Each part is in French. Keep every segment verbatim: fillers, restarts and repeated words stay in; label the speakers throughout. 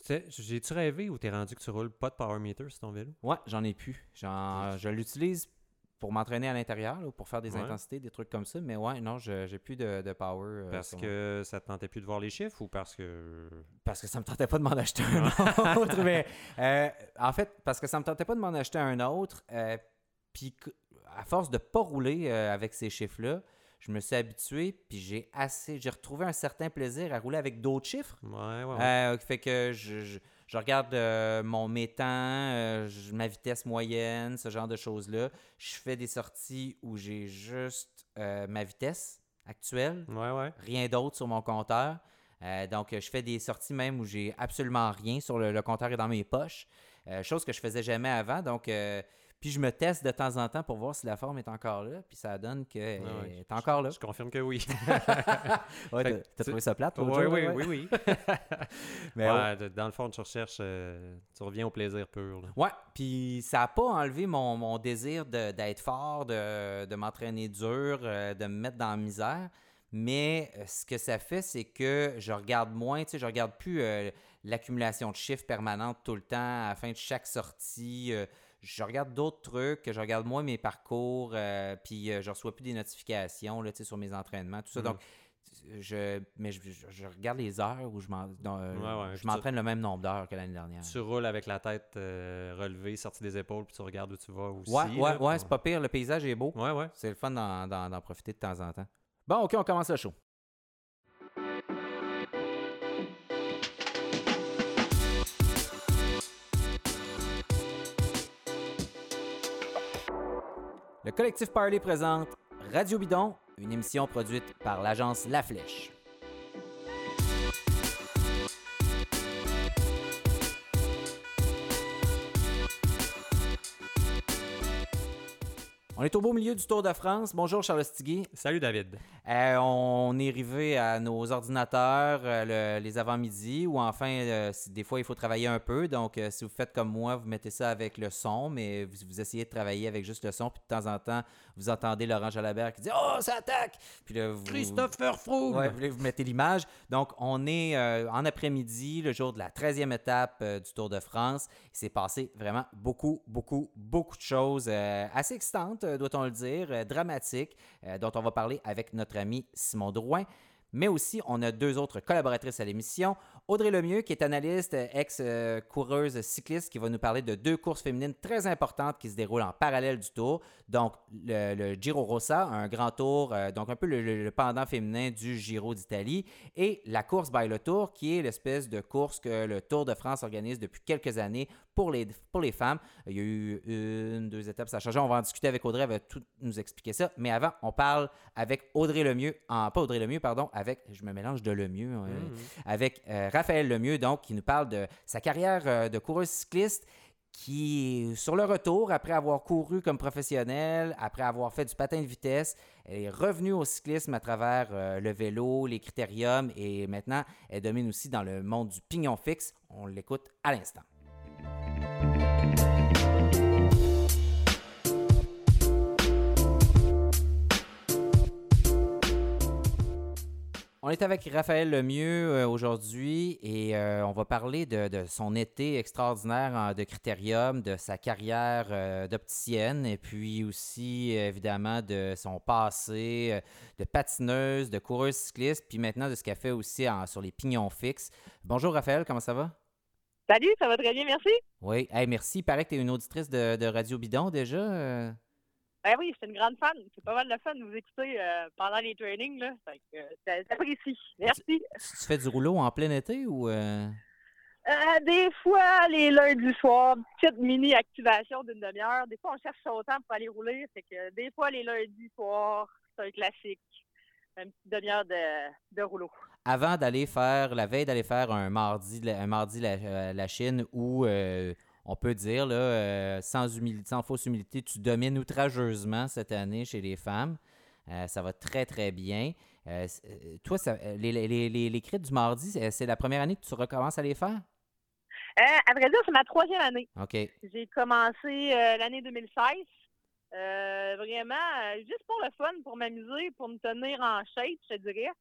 Speaker 1: T'sais, j'ai-tu rêvé ou t'es rendu que tu roules pas de power meter sur ton vélo?
Speaker 2: Ouais, j'en ai plus. J'en, je l'utilise pour m'entraîner à l'intérieur, là, pour faire des
Speaker 1: Ouais.
Speaker 2: intensités, des trucs comme ça. Mais ouais, non, je, j'ai plus de, de power. euh,
Speaker 1: Parce
Speaker 2: sur mon-
Speaker 1: que ça te tentait plus de voir les chiffres ou parce que...
Speaker 2: Parce que ça me tentait pas de m'en acheter un autre. Mais euh, en fait, parce que ça me tentait pas de m'en acheter un autre. Euh, Puis que- à force de pas rouler euh, avec ces chiffres-là, je me suis habitué. Puis j'ai assez, j'ai retrouvé un certain plaisir à rouler avec d'autres chiffres.
Speaker 1: Ouais, ouais, ouais.
Speaker 2: Euh, qui fait que je, je, je regarde euh, mon métan, euh, je- ma vitesse moyenne, ce genre de choses-là. Je fais des sorties où j'ai juste euh, ma vitesse actuelle,
Speaker 1: Ouais, ouais.
Speaker 2: rien d'autre sur mon compteur. Euh, donc, je fais des sorties même où j'ai absolument rien sur le, le compteur est dans mes poches. Euh, chose que je faisais jamais avant. Donc, euh, puis je me teste de temps en temps pour voir si la forme est encore là. Puis ça donne qu'elle
Speaker 1: Ah ouais.
Speaker 2: est encore là.
Speaker 1: Je confirme que oui.
Speaker 2: Ouais,
Speaker 1: Fait
Speaker 2: t'as,
Speaker 1: que
Speaker 2: t'as
Speaker 1: tu-
Speaker 2: trouvé ça plate l'autre
Speaker 1: Oui,
Speaker 2: jour,
Speaker 1: oui,
Speaker 2: là, ouais?
Speaker 1: oui, oui.
Speaker 2: Mais
Speaker 1: Ouais, de- dans le fond, tu recherches, euh, tu reviens au plaisir pur. Là.
Speaker 2: Ouais, puis ça n'a pas enlevé mon, mon désir de- d'être fort, de, de m'entraîner dur, euh, de me mettre dans la misère. Mais euh, ce que ça fait, c'est que je regarde moins, tu sais, je regarde plus euh, l'accumulation de chiffres permanente tout le temps à la fin de chaque sortie. Euh, je regarde d'autres trucs, je regarde moins mes parcours, euh, puis euh, je reçois plus des notifications là, tu sais, sur mes entraînements, tout ça.
Speaker 1: Mm.
Speaker 2: Donc, je, mais je, je- je regarde les heures où je m'en- dans, euh,
Speaker 1: Ouais, ouais,
Speaker 2: je
Speaker 1: puis
Speaker 2: m'entraîne le même nombre d'heures que l'année dernière.
Speaker 1: Tu roules avec la tête euh, relevée, sortie des épaules, puis tu regardes où tu vas aussi.
Speaker 2: Ouais, ouais,
Speaker 1: là,
Speaker 2: ouais,
Speaker 1: pour-
Speaker 2: c'est pas pire. Le paysage est beau.
Speaker 1: Ouais, ouais.
Speaker 2: C'est le fun d'en, d'en- d'en profiter de temps en temps. Bon, OK, on commence le show. Le collectif Parley présente Radio Bidon, une émission produite par l'agence La Flèche. On est au beau milieu du Tour de France. Bonjour Charles Stiguet.
Speaker 1: Salut David.
Speaker 2: Euh, on est arrivé à nos ordinateurs euh, le- les avant-midi ou enfin, euh, si- des fois, il faut travailler un peu. Donc, euh, si vous faites comme moi, vous mettez ça avec le son, mais vous, vous essayez de travailler avec juste le son. Puis de temps en temps, vous entendez Laurent Jalabert qui dit « Oh, ça attaque! » Puis là, vous...
Speaker 1: Christopher Froome!
Speaker 2: Ouais, vous, vous mettez l'image. Donc, on est euh, en après-midi, le jour de la treizième étape euh, du Tour de France. Il s'est passé vraiment beaucoup, beaucoup, beaucoup de choses euh, assez excitantes, euh, doit-on le dire, euh, dramatiques, euh, dont on va parler avec notre ami Simon Drouin. Mais aussi, on a deux autres collaboratrices à l'émission. Audrey Lemieux, qui est analyste, euh, ex-coureuse cycliste, qui va nous parler de deux courses féminines très importantes qui se déroulent en parallèle du Tour. Donc, le, le Giro Rossa, un grand tour, euh, donc un peu le, le- le pendant féminin du Giro d'Italie, et la course by le Tour, qui est l'espèce de course que le Tour de France organise depuis quelques années pour les, pour les femmes. Il y a eu une, deux étapes, ça a changé. On va en discuter avec Audrey, elle va tout nous expliquer ça. Mais avant, on parle avec Audrey Lemieux, en, pas Audrey Lemieux, pardon, avec, je me mélange de Lemieux, euh,
Speaker 1: Mhm.
Speaker 2: avec euh, Raphaël Lemieux, donc, qui nous parle de sa carrière euh, de coureuse cycliste, qui est sur le retour après avoir couru comme professionnel, après avoir fait du patin de vitesse. Elle est revenue au cyclisme à travers euh, le vélo, les critériums, et maintenant, elle domine aussi dans le monde du pignon fixe. On l'écoute à l'instant. On est avec Raphaël Lemieux euh, aujourd'hui et euh, on va parler de, de son été extraordinaire en- de Critérium, de sa carrière euh, d'opticienne et puis aussi euh, évidemment de son passé euh, de patineuse, de coureuse cycliste, puis maintenant de ce qu'elle fait aussi en- sur les pignons fixes. Bonjour Raphaël, comment ça va?
Speaker 3: Salut, ça va très bien, merci.
Speaker 2: Oui, hey, merci. Il paraît que tu es une auditrice de, de Radio Bidon déjà. euh.
Speaker 3: Ben oui, je suis une grande fan. C'est pas mal de fun de vous écouter euh, pendant les trainings, là. Fait que, euh, ça- j'apprécie. Merci.
Speaker 2: Tu, tu fais du rouleau en plein été ou... euh?
Speaker 3: Euh, des fois, les lundis soirs, petite mini-activation d'une demi-heure. Des fois, on cherche son temps pour aller rouler. Fait que des fois, les lundis soirs, c'est un classique. Une petite demi-heure de, de rouleau.
Speaker 2: Avant d'aller faire, la veille d'aller faire un mardi, un mardi la, euh, la Chine où euh, on peut dire, là, euh, sans humilité, sans fausse humilité, tu domines outrageusement cette année chez les femmes. Euh, ça va très, très bien. Euh, c- euh, toi, ça, euh, les, les, les, les les crits du mardi, c'est, c'est la première année que tu recommences à les faire?
Speaker 3: Euh, à vrai dire, c'est ma troisième année.
Speaker 2: OK.
Speaker 3: J'ai commencé euh, l'année deux mille seize. Euh, vraiment, euh, juste pour le fun, pour m'amuser, pour me tenir en shape, je te dirais.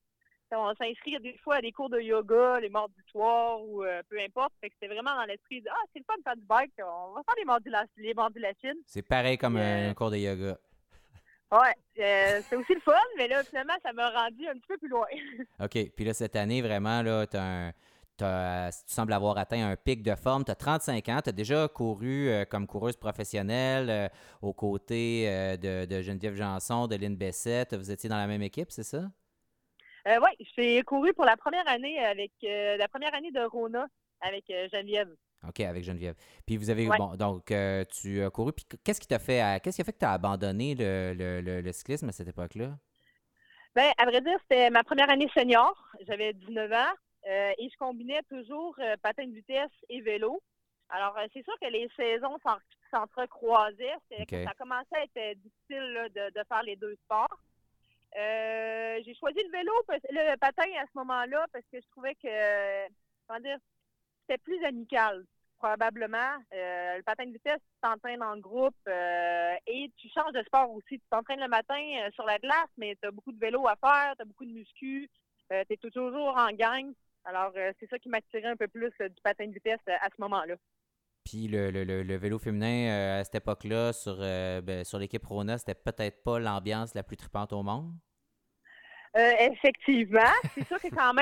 Speaker 3: On s'inscrit des fois à des cours de yoga, les mardis soirs ou euh, peu importe. Fait que c'était vraiment dans l'esprit de « Ah, c'est le fun de faire du bike, on va faire les mandula- les mandulachines. »
Speaker 2: C'est pareil comme
Speaker 3: Euh,
Speaker 2: un cours de yoga.
Speaker 3: Ouais, euh, c'est aussi le fun, mais là, finalement, ça m'a rendu un petit peu plus loin.
Speaker 2: OK. Puis là, cette année, vraiment, là, t'as un, t'as, tu sembles avoir atteint un pic de forme. Tu as trente-cinq ans. Tu as déjà couru euh, comme coureuse professionnelle euh, aux côtés euh, de, de Geneviève Janson, de Lynn Bessette. Vous étiez dans la même équipe, c'est ça?
Speaker 3: Euh, oui, j'ai couru pour la première année avec euh, la première année de Rona avec euh, Geneviève.
Speaker 2: OK, avec Geneviève. Puis vous avez,
Speaker 3: Ouais.
Speaker 2: bon, donc euh, tu as couru. Puis qu'est-ce qui t'a fait, à- qu'est-ce qui a fait que tu as abandonné le, le, le, le cyclisme à cette époque-là?
Speaker 3: Ben, à vrai dire, c'était ma première année senior. J'avais dix-neuf ans euh, et je combinais toujours euh, patin de vitesse et vélo. Alors, euh, c'est sûr que les saisons s'en- s'entrecroisaient. C'était
Speaker 2: OK.
Speaker 3: que ça commençait à être euh, difficile là, de, de faire les deux sports. Euh, j'ai choisi le vélo, parce- le patin à ce moment-là, parce que je trouvais que, euh, comment dire, c'était plus amical, probablement. Euh, le patin de vitesse, tu t'entraînes en groupe euh, et tu changes de sport aussi. Tu t'entraînes le matin euh, sur la glace, mais tu as beaucoup de vélo à faire, tu as beaucoup de muscu, euh, tu es toujours en gang. Alors, euh, c'est ça qui m'attirait un peu plus euh, du patin de vitesse euh, à ce moment-là.
Speaker 2: Puis le, le, le, le vélo féminin euh, à cette époque-là, sur, euh, ben, sur l'équipe Rona, c'était peut-être pas l'ambiance la plus tripante au monde.
Speaker 3: Euh, effectivement, c'est sûr que quand même,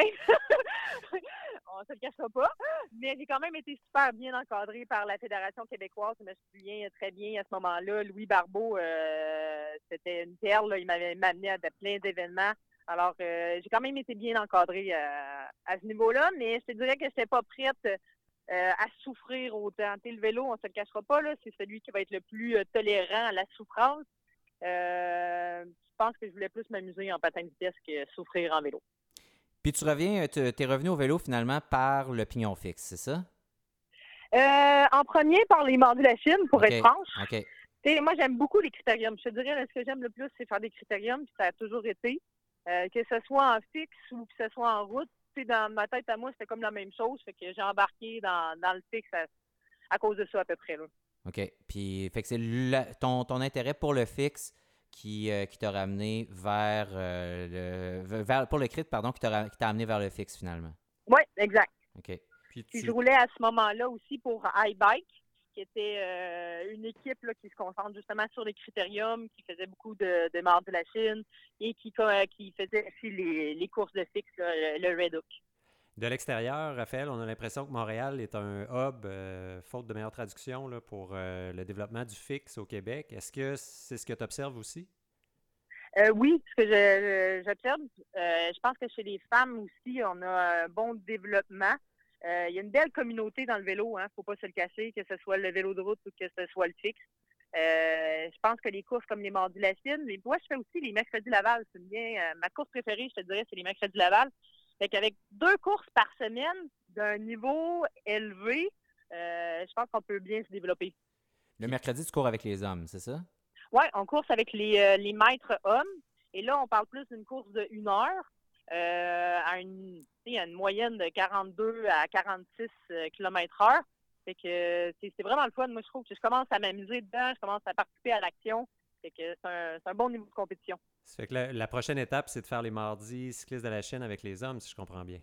Speaker 3: on se le cachera pas, mais j'ai quand même été super bien encadrée par la Fédération québécoise. Je me souviens très bien à ce moment-là. Louis Barbeau, euh, c'était une perle, là. Il m'avait amené à de plein d'événements. Alors, euh, j'ai quand même été bien encadrée euh, à ce niveau-là, mais je te dirais que je n'étais pas prête euh, à souffrir autant. T'sais, le vélo, on ne se le cachera pas, là, c'est celui qui va être le plus euh, tolérant à la souffrance. Euh, je pense que je voulais plus m'amuser en patin de vitesse que souffrir en vélo.
Speaker 2: Puis tu reviens, tu es revenu au vélo finalement par le pignon fixe, c'est ça?
Speaker 3: Euh, en premier, par les mandulachines, pour
Speaker 2: OK.
Speaker 3: être franche.
Speaker 2: OK.
Speaker 3: T'sais, moi, j'aime beaucoup les critériums. Je te dirais, là, ce que j'aime le plus, c'est faire des critériums, puis ça a toujours été. Euh, que ce soit en fixe ou que ce soit en route, t'sais, dans ma tête à moi, c'était comme la même chose. Fait que j'ai embarqué dans, dans le fixe à, à cause de ça, à peu près. Là.
Speaker 2: OK. Puis fait que c'est la- ton, ton intérêt pour le fixe qui, euh, qui t'a ramené vers euh, le vers, pour le crit, pardon, qui t'a ra- qui t'a amené vers le fixe finalement.
Speaker 3: Oui, exact.
Speaker 2: OK.
Speaker 1: Puis
Speaker 3: Puis
Speaker 1: tu,
Speaker 3: je roulais à ce moment-là aussi pour iBike, qui était euh, une équipe là, qui se concentre justement sur les critériums, qui faisait beaucoup de, de marde de la Chine et qui, euh, qui faisait aussi les, les courses de fixe, là, le, le Red Hook.
Speaker 1: de l'extérieur, Raphaël, on a l'impression que Montréal est un hub, euh, faute de meilleure traduction, là, pour euh, le développement du fixe au Québec. Est-ce que c'est ce que tu observes aussi?
Speaker 3: Euh, oui, ce que je, j'observe, euh, je pense que chez les femmes aussi, on a un bon développement. Euh, il y a une belle communauté dans le vélo, hein, faut pas se le cacher, que ce soit le vélo de route ou que ce soit le fixe. Euh, je pense que les courses comme les Mardis Lachine, mais moi, je fais aussi les mercredis Laval. C'est bien, euh, ma course préférée, je te dirais, c'est les mercredis Laval. Fait qu'avec deux courses par semaine d'un niveau élevé, euh, je pense qu'on peut bien se développer.
Speaker 2: Le mercredi, tu cours avec les hommes, c'est ça?
Speaker 3: Oui, on course avec les, euh, les maîtres hommes. Et là, on parle plus d'une course de une heure euh, à, une, à une moyenne de quarante-deux à quarante-six kilomètres heure. Fait que c'est, c'est vraiment le fun. Moi, je trouve que je commence à m'amuser dedans, je commence à participer à l'action. Fait que c'est un, c'est un bon niveau de compétition.
Speaker 1: Ça fait que la, la prochaine étape, c'est de faire les mardis cyclistes de la Chine avec les hommes, si je comprends bien.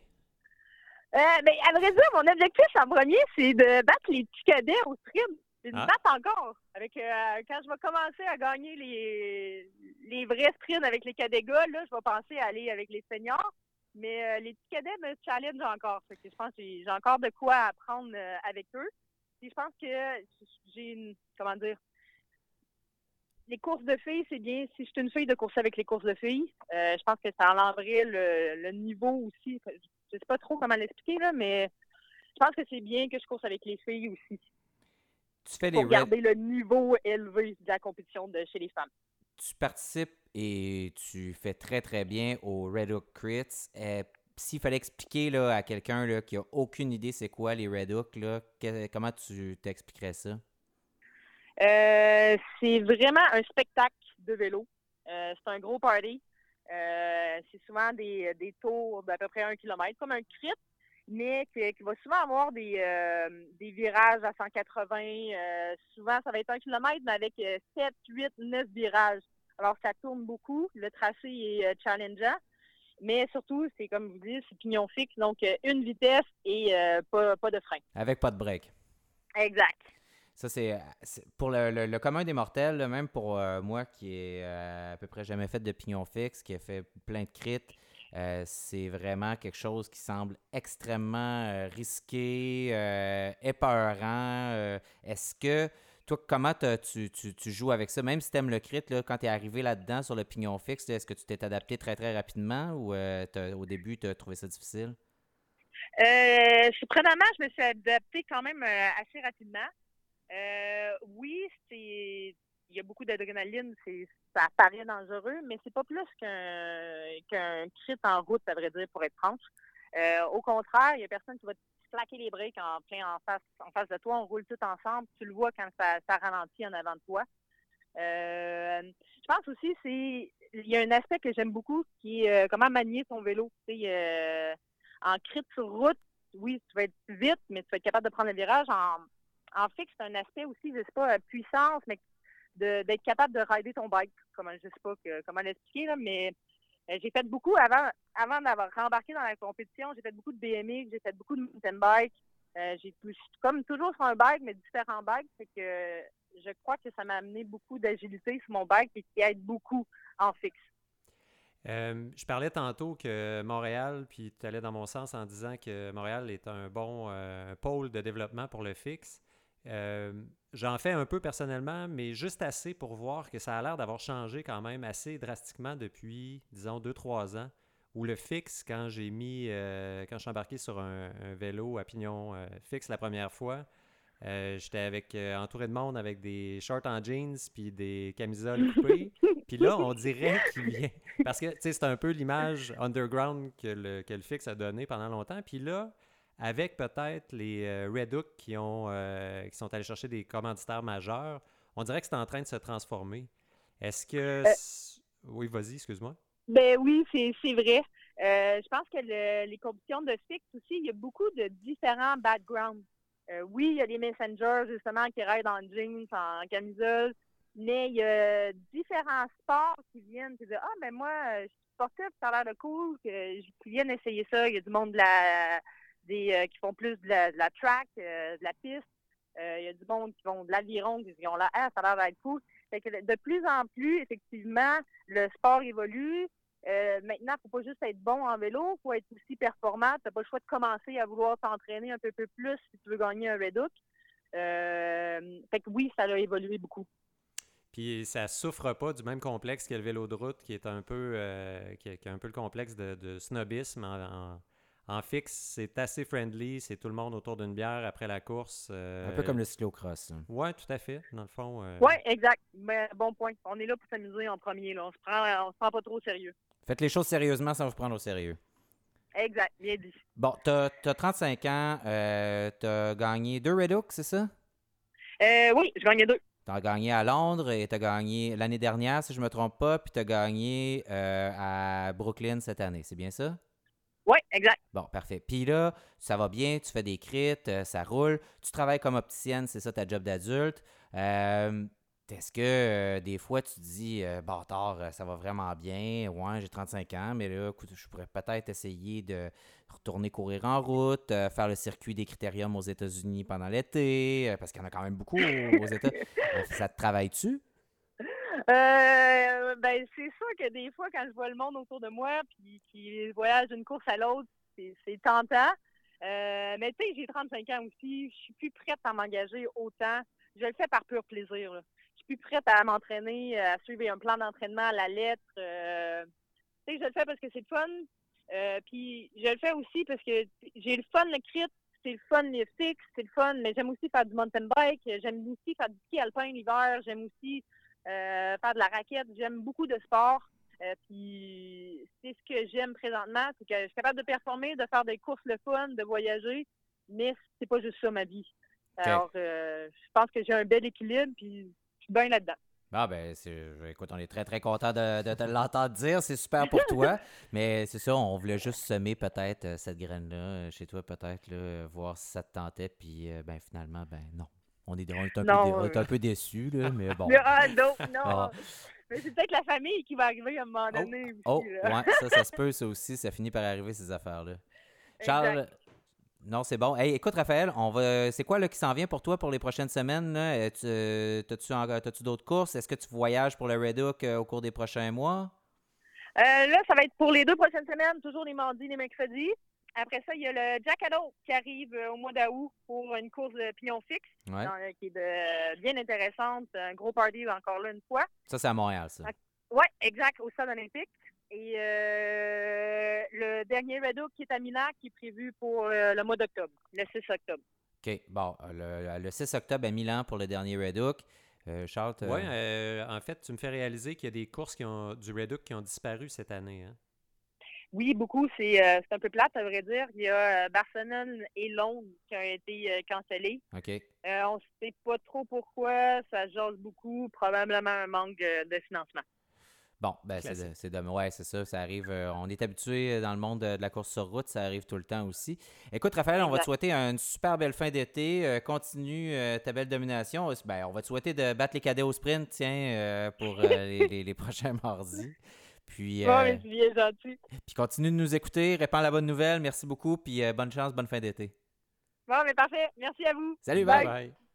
Speaker 3: Euh, ben, à vrai dire, mon objectif en premier, c'est de battre les petits cadets au sprint. C'est de me
Speaker 1: Ah.
Speaker 3: battre encore. Avec, euh, quand je vais commencer à gagner les, les vrais sprints avec les cadets gars, là, je vais penser à aller avec les seniors. Mais euh, les petits cadets me challengent encore. Fait que je pense que j'ai, j'ai encore de quoi apprendre euh, avec eux. Puis je pense que j'ai une, comment dire, les courses de filles, c'est bien. Si je suis une fille de courser avec les courses de filles, euh, je pense que ça enlèverait le, le niveau aussi. Je sais pas trop comment l'expliquer, là, mais je pense que c'est bien que je course avec les filles aussi.
Speaker 2: Tu fais les
Speaker 3: Pour
Speaker 2: red...
Speaker 3: garder le niveau élevé de la compétition de chez les femmes.
Speaker 2: Tu participes et tu fais très très bien au Red Hook Crits. Euh, S'il fallait expliquer là, à quelqu'un là, qui n'a aucune idée c'est quoi les Red Hook, là, que, comment tu t'expliquerais ça?
Speaker 3: Euh, c'est vraiment un spectacle de vélo. Euh, c'est un gros party. Euh, c'est souvent des, des tours d'à peu près un kilomètre, comme un crit, mais qui, qui va souvent avoir des, euh, des virages à cent quatre-vingts. Euh, souvent, ça va être un kilomètre, mais avec euh, sept, huit, neuf virages. Alors, ça tourne beaucoup. Le tracé est euh, challengeant. Mais surtout, c'est comme je vous dis, c'est pignon fixe, donc euh, une vitesse et euh, pas, pas de frein.
Speaker 2: Avec pas de break.
Speaker 3: Exact.
Speaker 2: Ça, c'est, c'est pour le, le, le commun des mortels, là, même pour euh, moi qui ai euh, à peu près jamais fait de pignon fixe, qui a fait plein de crits, euh, c'est vraiment quelque chose qui semble extrêmement euh, risqué, euh, épeurant. Euh, est-ce que, toi, comment tu, tu, tu joues avec ça? Même si tu aimes le crit, là, quand tu es arrivé là-dedans sur le pignon fixe, là, est-ce que tu t'es adapté très, très rapidement ou euh, au début, tu as trouvé ça difficile?
Speaker 3: Euh, surprenamment, je me suis adaptée quand même euh, assez rapidement. Euh, oui, c'est il y a beaucoup d'adrénaline, c'est ça paraît dangereux, mais c'est pas plus qu'un qu'un crit en route, à vrai dire, pour être franche. Euh, au contraire, il y a personne qui va te plaquer les breaks en plein en face en face de toi. On roule tout ensemble. Tu le vois quand ça, ça ralentit en avant de toi. Euh, je pense aussi c'est il y a un aspect que j'aime beaucoup qui est euh, comment manier ton vélo. Tu sais, euh, en crit sur route, oui, tu vas être plus vite, mais tu vas être capable de prendre le virage. En, en fixe, c'est un aspect aussi, je sais pas, puissance, mais de, d'être capable de rider ton bike. Comment, je sais pas que, comment l'expliquer, là, mais euh, j'ai fait beaucoup avant, avant d'avoir rembarqué dans la compétition, j'ai fait beaucoup de B M X, j'ai fait beaucoup de mountain bike. Euh, j'ai je suis comme toujours sur un bike, mais différents bikes. C'est que je crois que ça m'a amené beaucoup d'agilité sur mon bike et qui aide beaucoup en fixe.
Speaker 1: Euh, je parlais tantôt que Montréal, puis tu allais dans mon sens en disant que Montréal est un bon euh, pôle de développement pour le fixe. Euh, j'en fais un peu personnellement, mais juste assez pour voir que ça a l'air d'avoir changé quand même assez drastiquement depuis, disons, deux trois ans, où le fixe, quand j'ai mis, euh, quand je suis embarqué sur un, un vélo à pignon euh, fixe la première fois, Euh, j'étais avec euh, entouré de monde avec des shorts en jeans puis des camisoles coupées. Puis là, on dirait qu'il vient... Parce que, tu sais, c'est un peu l'image underground que le, que le fixe a donné pendant longtemps. Puis là, avec peut-être les euh, Redux qui, ont, euh, qui sont allés chercher des commanditaires majeurs, on dirait que c'est en train de se transformer. Est-ce que...
Speaker 3: Euh,
Speaker 1: oui, vas-y, excuse-moi.
Speaker 3: Ben oui, c'est, c'est vrai. Euh, je pense que le, les compétitions de fixe aussi, il y a beaucoup de différents backgrounds. Euh, oui, il y a les messengers, justement, qui raident en jeans, en camisole, mais il y a différents sports qui viennent et disent « Ah, ben moi, je suis sportif, ça a l'air de cool, que, qui viennent essayer ça. » Il y a du monde de la, des, euh, qui font plus de la, de la track, euh, de la piste. Euh, il y a du monde qui vont de l'aviron, qui ont là, ah, ça a l'air d'être cool. Fait que de plus en plus, effectivement, le sport évolue. Euh, maintenant, il ne faut pas juste être bon en vélo, il faut être aussi performant. Tu n'as pas le choix de commencer à vouloir t'entraîner un peu, peu plus si tu veux gagner un Redux. Euh, fait que oui, ça a évolué beaucoup.
Speaker 1: Puis ça souffre pas du même complexe que le vélo de route, qui est un peu, euh, qui, a, qui a un peu le complexe de, de snobisme en, en, en fixe. C'est assez friendly, c'est tout le monde autour d'une bière après la course. Euh...
Speaker 2: Un peu comme le cyclocross. Hein.
Speaker 1: Oui, tout à fait, dans le fond. Euh...
Speaker 3: Oui, exact. Ben, bon point. On est là pour s'amuser en premier. Là. On se prend, on se prend pas trop au sérieux.
Speaker 2: Faites les choses sérieusement sans vous prendre au sérieux.
Speaker 3: Exact, bien dit.
Speaker 2: Bon, t'as, t'as trente-cinq ans, euh, t'as gagné deux Redux, c'est ça?
Speaker 3: Euh, oui, je gagnais deux.
Speaker 2: T'as gagné à Londres et t'as gagné l'année dernière, si je me trompe pas, puis t'as gagné euh, à Brooklyn cette année, c'est bien ça?
Speaker 3: Oui, exact.
Speaker 2: Bon, parfait. Puis là, ça va bien, tu fais des crits, euh, ça roule. Tu travailles comme opticienne, c'est ça ta job d'adulte. Euh, est-ce que euh, des fois tu te dis, euh, bâtard, ça va vraiment bien, ouais, j'ai trente-cinq ans, mais là, écoute, je pourrais peut-être essayer de retourner courir en route, euh, faire le circuit des critériums aux États-Unis pendant l'été, euh, parce qu'il y en a quand même beaucoup aux États. Euh, ça te travaille-tu?
Speaker 3: Euh, ben, c'est sûr que des fois, quand je vois le monde autour de moi puis qui voyage d'une course à l'autre, c'est, c'est tentant. Euh, mais tu sais, j'ai trente-cinq ans aussi. Je suis plus prête à m'engager autant. Je le fais par pur plaisir. Là. Je suis plus prête à m'entraîner, à suivre un plan d'entraînement à la lettre. Euh, tu sais, je le fais parce que c'est le fun. Euh, puis je le fais aussi parce que j'ai le fun, le crit. C'est le fun, les fixes, c'est le fun. Mais j'aime aussi faire du mountain bike. J'aime aussi faire du ski alpin l'hiver. J'aime aussi Euh, faire de la raquette. J'aime beaucoup de sport. Euh, puis c'est ce que j'aime présentement, c'est que je suis capable de performer, de faire des courses le fun, de voyager, mais c'est pas juste ça ma vie.
Speaker 2: Okay.
Speaker 3: Alors, euh, je pense que j'ai un bel équilibre, puis je suis bien là-dedans.
Speaker 2: Ah ben, c'est, écoute, on est très, très content de, de te l'entendre dire. C'est super pour toi. Mais c'est ça, on voulait juste semer peut-être cette graine-là chez toi, peut-être, là, voir si ça te tentait. Puis, ben finalement, ben non. On est, on est, un, peu,
Speaker 3: Non,
Speaker 2: dé- on est un
Speaker 3: euh.
Speaker 2: peu déçus, là, mais bon.
Speaker 3: Mais, ah non, non.
Speaker 2: Ah.
Speaker 3: Mais c'est peut-être la famille qui va arriver à un moment
Speaker 2: Oh,
Speaker 3: donné aussi.
Speaker 2: oh,
Speaker 3: là.
Speaker 2: ouais, ça, ça se peut, ça aussi. Ça finit par arriver, ces affaires-là. Charles,
Speaker 3: Exact.
Speaker 2: non, c'est bon. Hey, écoute, Raphaël, on va. C'est quoi là, qui s'en vient pour toi pour les prochaines semaines? Là? Euh, tu, euh, T'as-tu, en- t'as-tu d'autres courses? Est-ce que tu voyages pour le Red Hook euh, au cours des prochains mois?
Speaker 3: Euh, là, ça va être pour les deux prochaines semaines, toujours les mardis, les mercredis. Après ça, il y a le Jackalope qui arrive euh, au mois d'août pour une course de pignon fixe,
Speaker 2: Ouais.
Speaker 3: dans- qui est de- bien intéressante. Un gros party encore là une fois.
Speaker 2: Ça, c'est à Montréal, ça.
Speaker 3: Oui, exact, au stade olympique. Et euh, le dernier Red Hook qui est à Milan, qui est prévu pour euh, le mois d'octobre, le six octobre.
Speaker 2: OK. Bon, euh, le, le six octobre à Milan pour le dernier Red Hook. Euh, Charles, t'as-
Speaker 1: Oui, euh, en fait, tu me fais réaliser qu'il y a des courses qui ont, du Red Hook qui ont disparu cette année. Hein?
Speaker 3: Oui, beaucoup. C'est euh, c'est un peu plate, à vrai dire. Il y a euh, Barcelone et Londres qui ont été euh, cancellés.
Speaker 2: OK.
Speaker 3: Euh, on ne sait pas trop pourquoi. Ça jase beaucoup. Probablement un manque de, de financement.
Speaker 2: Bon, ben c'est,
Speaker 1: Classique.
Speaker 2: de- c'est de, ouais, c'est ça, ça arrive. euh, on est habitué dans le monde de, de la course sur route, ça arrive tout le temps aussi. Écoute, Raphaël, on va te
Speaker 3: Exact.
Speaker 2: souhaiter une super belle fin d'été. euh, continue euh, ta belle domination. Euh, Ben, on va te souhaiter de battre les cadets au sprint, tiens, euh, pour euh, les, les- les prochains mardis. Puis,
Speaker 3: Bon,
Speaker 2: euh,
Speaker 3: mais c'est bien gentil.
Speaker 2: puis continue de nous écouter, répands la bonne nouvelle. Merci beaucoup, puis euh, bonne chance, bonne fin d'été.
Speaker 3: Bon, mais parfait. Merci à vous.
Speaker 2: Salut,
Speaker 3: Bye.
Speaker 2: bye!
Speaker 1: Bye.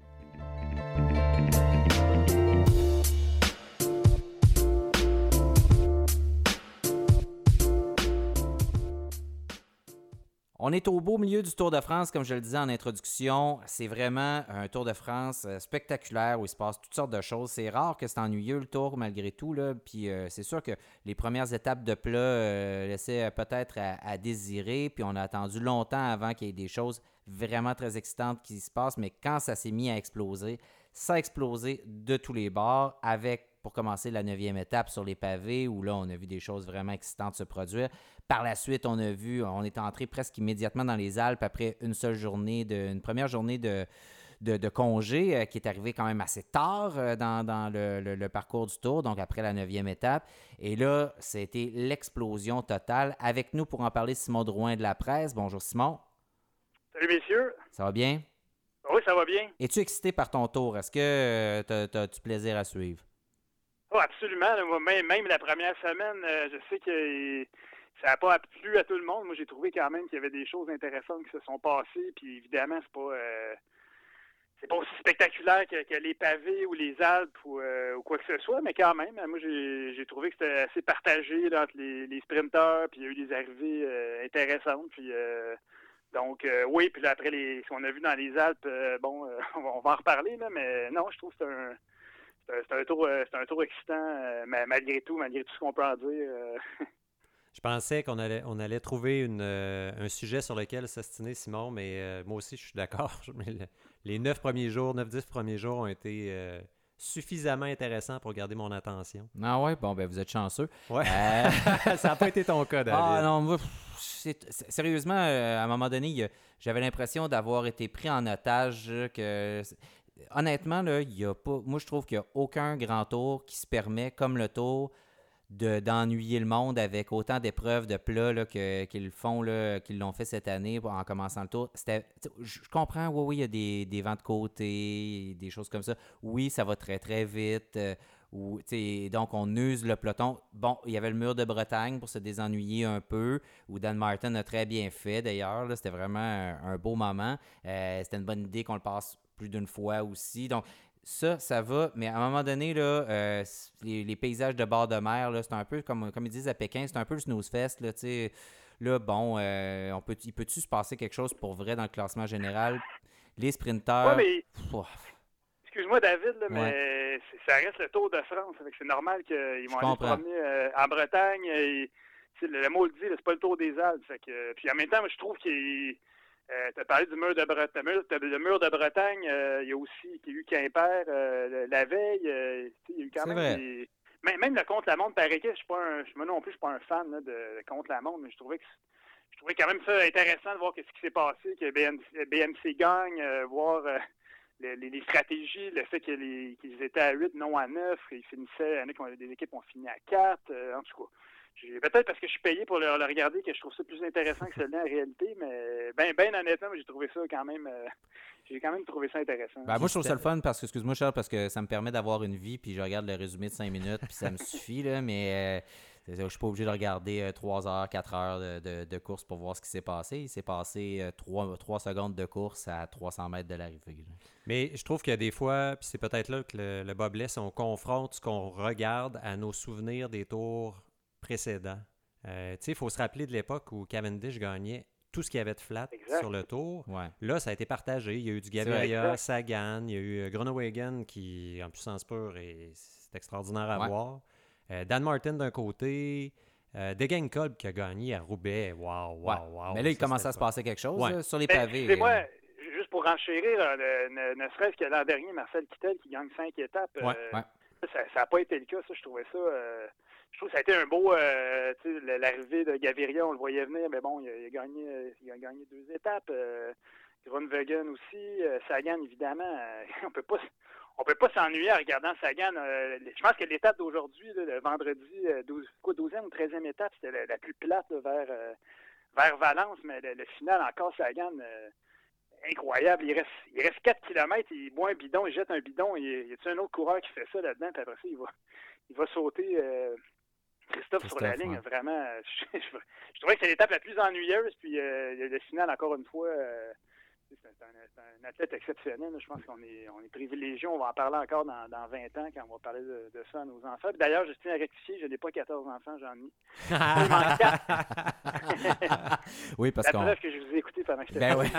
Speaker 2: On est au beau milieu du Tour de France, comme je le disais en introduction. C'est vraiment un Tour de France euh, spectaculaire où il se passe toutes sortes de choses. C'est rare que c'est ennuyeux le Tour malgré tout, là. Puis euh, c'est sûr que les premières étapes de plat euh, laissaient euh, peut-être à, à désirer. Puis on a attendu longtemps avant qu'il y ait des choses vraiment très excitantes qui se passent. Mais quand ça s'est mis à exploser, ça a explosé de tous les bords avec, pour commencer, la neuvième étape sur les pavés où là, on a vu des choses vraiment excitantes se produire. Par la suite, on a vu, on est entré presque immédiatement dans les Alpes après une seule journée, de, une première journée de, de, de congé euh, qui est arrivée quand même assez tard euh, dans, dans le, le, le parcours du Tour, donc après la neuvième étape. Et là, c'était l'explosion totale. Avec nous pour en parler, Simon Drouin de la presse. Bonjour Simon.
Speaker 4: Salut messieurs.
Speaker 2: Ça va bien?
Speaker 4: Oui, ça va bien.
Speaker 2: Es-tu excité par ton tour? Est-ce que euh, t'as, t'as du plaisir à suivre?
Speaker 4: Oh, absolument. Là, moi, même, même la première semaine, euh, je sais que ça n'a pas plu à tout le monde. Moi, j'ai trouvé quand même qu'il y avait des choses intéressantes qui se sont passées. Puis évidemment, c'est pas euh, c'est pas aussi spectaculaire que, que les pavés ou les Alpes ou, euh, ou quoi que ce soit, mais quand même, moi j'ai, j'ai trouvé que c'était assez partagé là, entre les, les sprinteurs, puis il y a eu des arrivées euh, intéressantes. Puis euh, donc euh, oui, puis là, après les, ce qu'on a vu dans les Alpes, euh, bon, euh, on, va, on va en reparler, là, mais non, je trouve que c'est un c'est un, c'est un tour c'est un tour excitant, euh, mais malgré tout, malgré tout ce qu'on peut en dire. Euh,
Speaker 1: Je pensais qu'on allait, on allait trouver une, euh, un sujet sur lequel s'ostiner, Simon, mais euh, moi aussi, je suis d'accord. Mais le- les neuf premiers jours, neuf, dix premiers jours ont été euh, suffisamment intéressants pour garder mon attention.
Speaker 2: Ah ouais? Bon, ben vous êtes chanceux.
Speaker 1: Ouais.
Speaker 2: Euh,
Speaker 1: Ça n'a pas été ton cas, David.
Speaker 2: Ah non, moi, pff, c'est- c'est- sérieusement, euh, à un moment donné, il y a- j'avais l'impression d'avoir été pris en otage. euh, Que, honnêtement, là, il y a pas, moi, je trouve qu'il n'y a aucun grand tour qui se permet, comme le tour, de, d'ennuyer le monde avec autant d'épreuves de plats là, que, qu'ils font, là, qu'ils l'ont fait cette année en commençant le tour. C'était, je je comprends, oui, oui, il y a des, des vents de côté, des choses comme ça. Oui, ça va très, très vite. euh, ou, tu sais, donc, on use le peloton. Bon, il y avait le mur de Bretagne pour se désennuyer un peu, où Dan Martin a très bien fait, d'ailleurs. Là, c'était vraiment un, un beau moment. Euh, c'était une bonne idée qu'on le passe plus d'une fois aussi. Donc, ça, ça va, mais à un moment donné, là, euh, les, les paysages de bord de mer, là, c'est un peu, comme, comme ils disent à Pékin, c'est un peu le snooze fest, là, tu sais. Là, bon, euh, on peut, il peut-tu se passer quelque chose pour vrai dans le classement général? Les sprinteurs...
Speaker 4: ouais, mais
Speaker 2: Pff,
Speaker 4: excuse-moi David, là,
Speaker 2: Ouais.
Speaker 4: mais c'est- ça reste le Tour de France. Fait que c'est normal qu'ils
Speaker 2: Je
Speaker 4: vont aller se
Speaker 2: comprends.
Speaker 4: promener euh, en Bretagne. Et, tu sais, le, le mot le dit, là, c'est pas le Tour des Alpes. Fait que, puis en même temps, moi, je trouve qu'il euh, tu as parlé du mur de Bretagne. Le mur de Bretagne, euh, il y a aussi qu'il y a eu Quimper euh, la veille. euh, tu sais, il y a eu quand
Speaker 2: C'est
Speaker 4: même
Speaker 2: vrai.
Speaker 4: des. Même, même le contre-la-montre, paraît que je suis pas un. Moi non plus, je suis pas un fan là, de, de contre-la-montre, mais je trouvais que je trouvais quand même ça intéressant de voir ce qui s'est passé, que B M C, B M C gagne, euh, voir euh, les, les- les stratégies, le fait que les- qu'ils étaient à huit, non à neuf, ils finissaient, il y en a qui ont- des équipes ont fini à quatre, euh, en tout cas. j'ai, peut-être parce que je suis payé pour le, le regarder que je trouve ça plus intéressant que celui-là en réalité, mais ben, ben honnêtement, j'ai trouvé ça quand même... Euh, j'ai quand même trouvé ça intéressant.
Speaker 2: Ben, moi, je trouve ça le fun parce que, excuse-moi, Charles, parce que ça me permet d'avoir une vie, puis je regarde le résumé de cinq minutes, puis ça me suffit, là, mais euh, je suis pas obligé de regarder euh, trois heures, quatre heures de, de, de course pour voir ce qui s'est passé. Il s'est passé euh, trois secondes de course à trois cents mètres de l'arrivée. Là.
Speaker 1: Mais je trouve qu'il y a des fois, puis c'est peut-être là que le, le bas blesse, on confronte ce qu'on regarde à nos souvenirs des tours précédents. Euh, tu sais, il faut se rappeler de l'époque où Cavendish gagnait tout ce qu'il y avait de flat
Speaker 4: exact.
Speaker 1: Sur le tour.
Speaker 2: Ouais.
Speaker 1: Là, ça a été partagé. Il y a eu du Gaviria, Sagan, il y a eu Groenewegen qui, en puissance pure, et c'est extraordinaire à
Speaker 2: ouais.
Speaker 1: voir. Euh, Dan Martin d'un côté, euh, Degenkolb qui a gagné à Roubaix. Waouh, waouh,
Speaker 2: ouais.
Speaker 1: waouh.
Speaker 2: Mais là, il commence à se passer quelque chose
Speaker 1: ouais.
Speaker 2: là, sur les
Speaker 4: Mais,
Speaker 2: pavés.
Speaker 4: C'est moi, juste pour enchérir, ne, ne, ne serait-ce que l'an dernier, Marcel Kittel qui gagne cinq étapes.
Speaker 1: Ouais.
Speaker 4: Euh,
Speaker 2: ouais.
Speaker 4: Ça n'a pas été le cas, ça. Je trouvais ça... Euh, je trouve que ça a été un beau... Euh, tu sais, l'arrivée de Gaviria, on le voyait venir, mais bon, il a, il a, gagné, il a gagné deux étapes. Euh, Groenewegen aussi. Euh, Sagan, évidemment. Euh, on peut pas... On peut pas s'ennuyer en regardant Sagan. Euh, je pense que l'étape d'aujourd'hui, là, le vendredi, douze, quoi, douzième ou treizième étape, c'était la, la plus plate là, vers, euh, vers Valence, mais le, le final, encore Sagan... Euh, incroyable. Il reste, il reste quatre kilomètres, il boit un bidon, il jette un bidon. Il y a un autre coureur qui fait ça là-dedans, puis après ça, il va, il va sauter euh, Christophe, Christophe sur la ligne. Ouais. Vraiment, je, je, je trouvais que c'est l'étape la plus ennuyeuse, puis euh, le final, encore une fois, euh, c'est un, c'est un athlète exceptionnel. Je pense qu'on est, on est privilégié. On va en parler encore dans, dans vingt ans quand on va parler de, de ça à nos enfants. Puis d'ailleurs, je tiens à rectifier, je n'ai pas quatorze enfants, j'en ai.
Speaker 2: Oui, parce
Speaker 4: la
Speaker 2: qu'on...
Speaker 4: preuve que je vous ai écouté pendant que j'étais
Speaker 2: ben oui.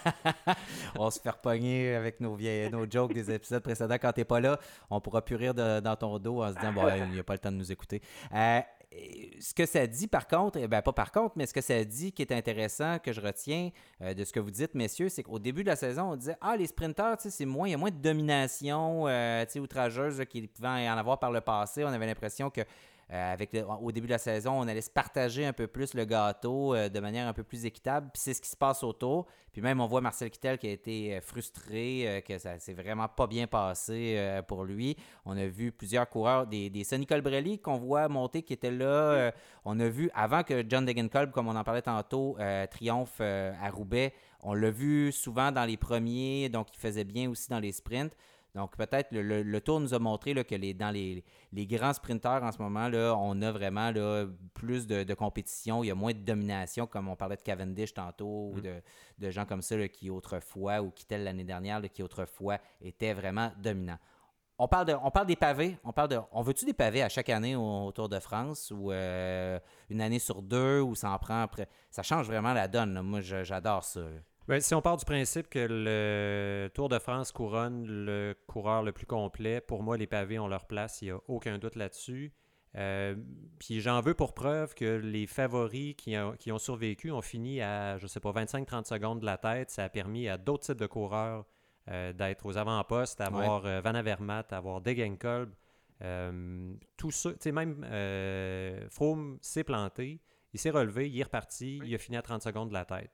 Speaker 2: On se fait repogner avec nos, vieilles, nos jokes des épisodes précédents. Quand tu n'es pas là, on pourra plus rire de, dans ton dos en se disant bon, il n'y a pas le temps de nous écouter. Euh, ce que ça dit, par contre, ben pas par contre, mais ce que ça dit qui est intéressant, que je retiens euh, de ce que vous dites, messieurs, c'est qu'au début de la saison, on disait ah, les sprinteurs, c'est moins, il y a moins de domination euh, outrageuse là, qu'il pouvait en avoir par le passé. On avait l'impression que Euh, avec le, au début de la saison, on allait se partager un peu plus le gâteau euh, de manière un peu plus équitable. Puis c'est ce qui se passe autour. Puis même, on voit Marcel Kittel qui a été frustré, euh, que ça s'est vraiment pas bien passé euh, pour lui. On a vu plusieurs coureurs, des, des Sonny Colbrelli qu'on voit monter, qui étaient là. Euh, on a vu, avant que John Degenkolb, comme on en parlait tantôt, euh, triomphe euh, à Roubaix, on l'a vu souvent dans les premiers, donc il faisait bien aussi dans les sprints. Donc, peut-être le, le, le tour nous a montré là, que les, dans les, les grands sprinteurs en ce moment, là, on a vraiment là, plus de, de compétition. Il y a moins de domination, comme on parlait de Cavendish tantôt, mm. ou de, de gens comme ça là, qui autrefois, ou Kittel l'année dernière, là, qui autrefois étaient vraiment dominants. On parle, de, on parle des pavés. On parle de, on veut-tu des pavés à chaque année au, au Tour de France, ou euh, une année sur deux, ou ça en prend après? Ça change vraiment la donne. Là. Moi, je, j'adore ça. Là.
Speaker 1: Bien, si on part du principe que le Tour de France couronne le coureur le plus complet, pour moi, les pavés ont leur place. Il n'y a aucun doute là-dessus. Euh, puis j'en veux pour preuve que les favoris qui ont, qui ont survécu ont fini à, je ne sais pas, vingt-cinq à trente secondes de la tête. Ça a permis à d'autres types de coureurs euh, d'être aux avant-postes, d'avoir ouais. euh, Van Avermaet, d'avoir Degenkolb. Euh, tout ça, tu sais, même euh, Froome s'est planté, il s'est relevé, il est reparti, il a fini à trente secondes de la tête.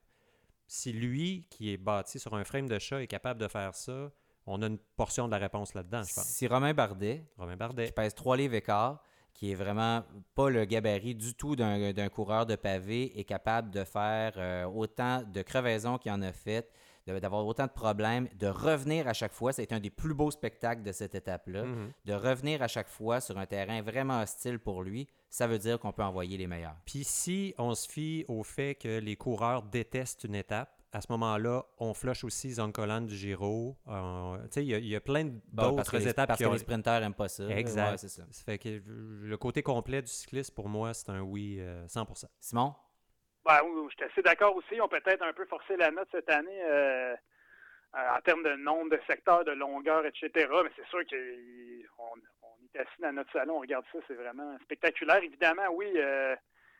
Speaker 1: Si lui, qui est bâti sur un frame de chat, est capable de faire ça, on a une portion de la réponse là-dedans, je pense.
Speaker 2: Si Romain Bardet,
Speaker 1: Romain Bardet,
Speaker 2: qui pèse trois livres et quart, qui est vraiment pas le gabarit du tout d'un, d'un coureur de pavé, est capable de faire euh, autant de crevaisons qu'il en a fait, de, d'avoir autant de problèmes, de revenir à chaque fois. C'est un des plus beaux spectacles de cette étape-là. Mm-hmm. De revenir à chaque fois sur un terrain vraiment hostile pour lui, ça veut dire qu'on peut envoyer les meilleurs.
Speaker 1: Puis si on se fie au fait que les coureurs détestent une étape, à ce moment-là, on flush aussi Zoncolan du Giro. Euh, tu sais, il y, y a plein d'autres bon, parce les, étapes
Speaker 2: parce
Speaker 1: qui
Speaker 2: que
Speaker 1: ont...
Speaker 2: les sprinteurs n'aiment pas ça.
Speaker 1: Exact.
Speaker 2: Ouais, c'est ça.
Speaker 1: Ça fait que le côté complet du cycliste, pour moi, c'est un oui euh, cent pour cent.
Speaker 2: Simon?
Speaker 4: Ben, oui, je suis assez d'accord aussi. On peut peut-être un peu forcé la note cette année euh, en termes de nombre de secteurs, de longueur, et cetera. Mais c'est sûr qu'on on est assis dans notre salon, on regarde ça, c'est vraiment spectaculaire. Évidemment, oui, euh,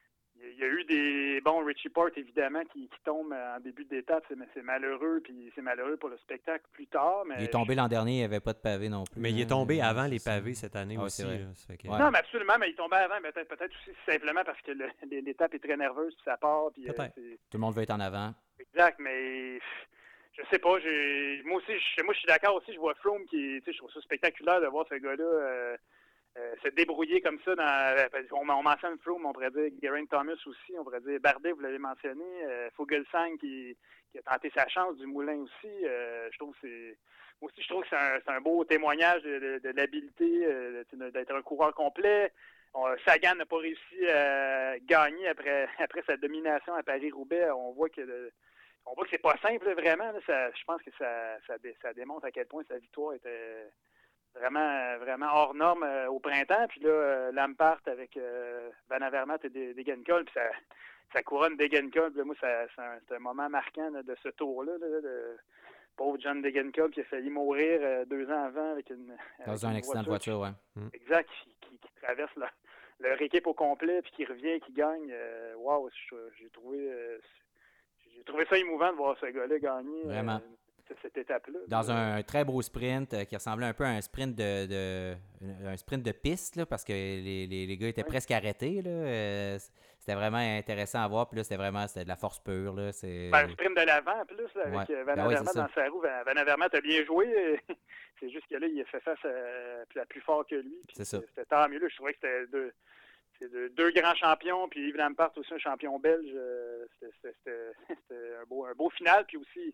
Speaker 4: il y a eu des bons Richie Porte, évidemment, qui, qui tombent en début d'étape. C'est, c'est malheureux, puis c'est malheureux pour le spectacle plus tard. Mais
Speaker 2: il est tombé
Speaker 4: je...
Speaker 2: l'an dernier, il n'y avait pas de pavé non plus.
Speaker 1: Mais il est tombé hein, avant les pavés cette année
Speaker 2: ah,
Speaker 1: aussi. Là, ça fait que...
Speaker 4: ouais. Non, mais absolument, mais il est tombé avant. Peut-être, peut-être aussi simplement parce que le, l'étape est très nerveuse, puis ça part. Puis,
Speaker 2: peut-être. Euh, Tout le monde veut être en avant.
Speaker 4: Exact, mais je sais pas. J'ai... Moi aussi, je, moi, je suis d'accord aussi. Je vois Froome qui, tu sais, je trouve ça spectaculaire de voir ce gars-là. Euh... euh, se débrouiller comme ça. Dans, on, on mentionne Froome, mais on pourrait dire Geraint Thomas aussi, on pourrait dire Bardet, vous l'avez mentionné, euh, Fogelsang qui, qui a tenté sa chance, Dumoulin aussi. Euh, je trouve que c'est... Moi aussi, je trouve que c'est un, c'est un beau témoignage de, de, de l'habileté, euh, d'être un coureur complet. On, Sagan n'a pas réussi à gagner après, après sa domination à Paris-Roubaix. On voit que le, on voit que c'est pas simple, vraiment. Là. Ça, je pense que ça, ça, ça démontre à quel point sa victoire était vraiment, vraiment hors norme euh, au printemps. Puis là, euh, Lampart avec euh, Van Avermaet et Degenkolb, puis ça, ça couronne Degenkolb. Moi, ça, c'est, un, c'est un moment marquant là, de ce tour-là. Là, de, pauvre John Degenkolb qui a failli mourir euh, deux ans avant avec une
Speaker 2: Dans
Speaker 4: avec
Speaker 2: un
Speaker 4: une
Speaker 2: accident
Speaker 4: voiture,
Speaker 2: de voiture, oui.
Speaker 4: Exact, qui, qui, qui traverse leur, leur équipe au complet, puis qui revient, qui gagne. Euh, wow, j'ai trouvé euh, j'ai trouvé ça émouvant de voir ce gars-là gagner.
Speaker 2: Vraiment.
Speaker 4: Euh, cette étape-là.
Speaker 2: Dans un, un très beau sprint euh, qui ressemblait un peu à un sprint de, de un sprint de piste, là, parce que les, les, les gars étaient oui. presque arrêtés. Là. Euh, c'était vraiment intéressant à voir. Puis là, c'était vraiment c'était de la force pure. Là. C'est...
Speaker 4: Ben, un sprint de l'avant, en plus, là, avec
Speaker 2: ouais.
Speaker 4: Van Avermaet ben oui, dans sa roue. Van Avermaet a bien joué. C'est juste que là, il a fait face à, à plus fort que lui.
Speaker 2: C'est ça.
Speaker 4: C'était tant mieux. Là. Je trouvais que c'était deux, c'était deux grands champions. Puis Yves Lampart aussi, un champion belge. C'était, c'était, c'était un, beau, un beau final. Puis aussi,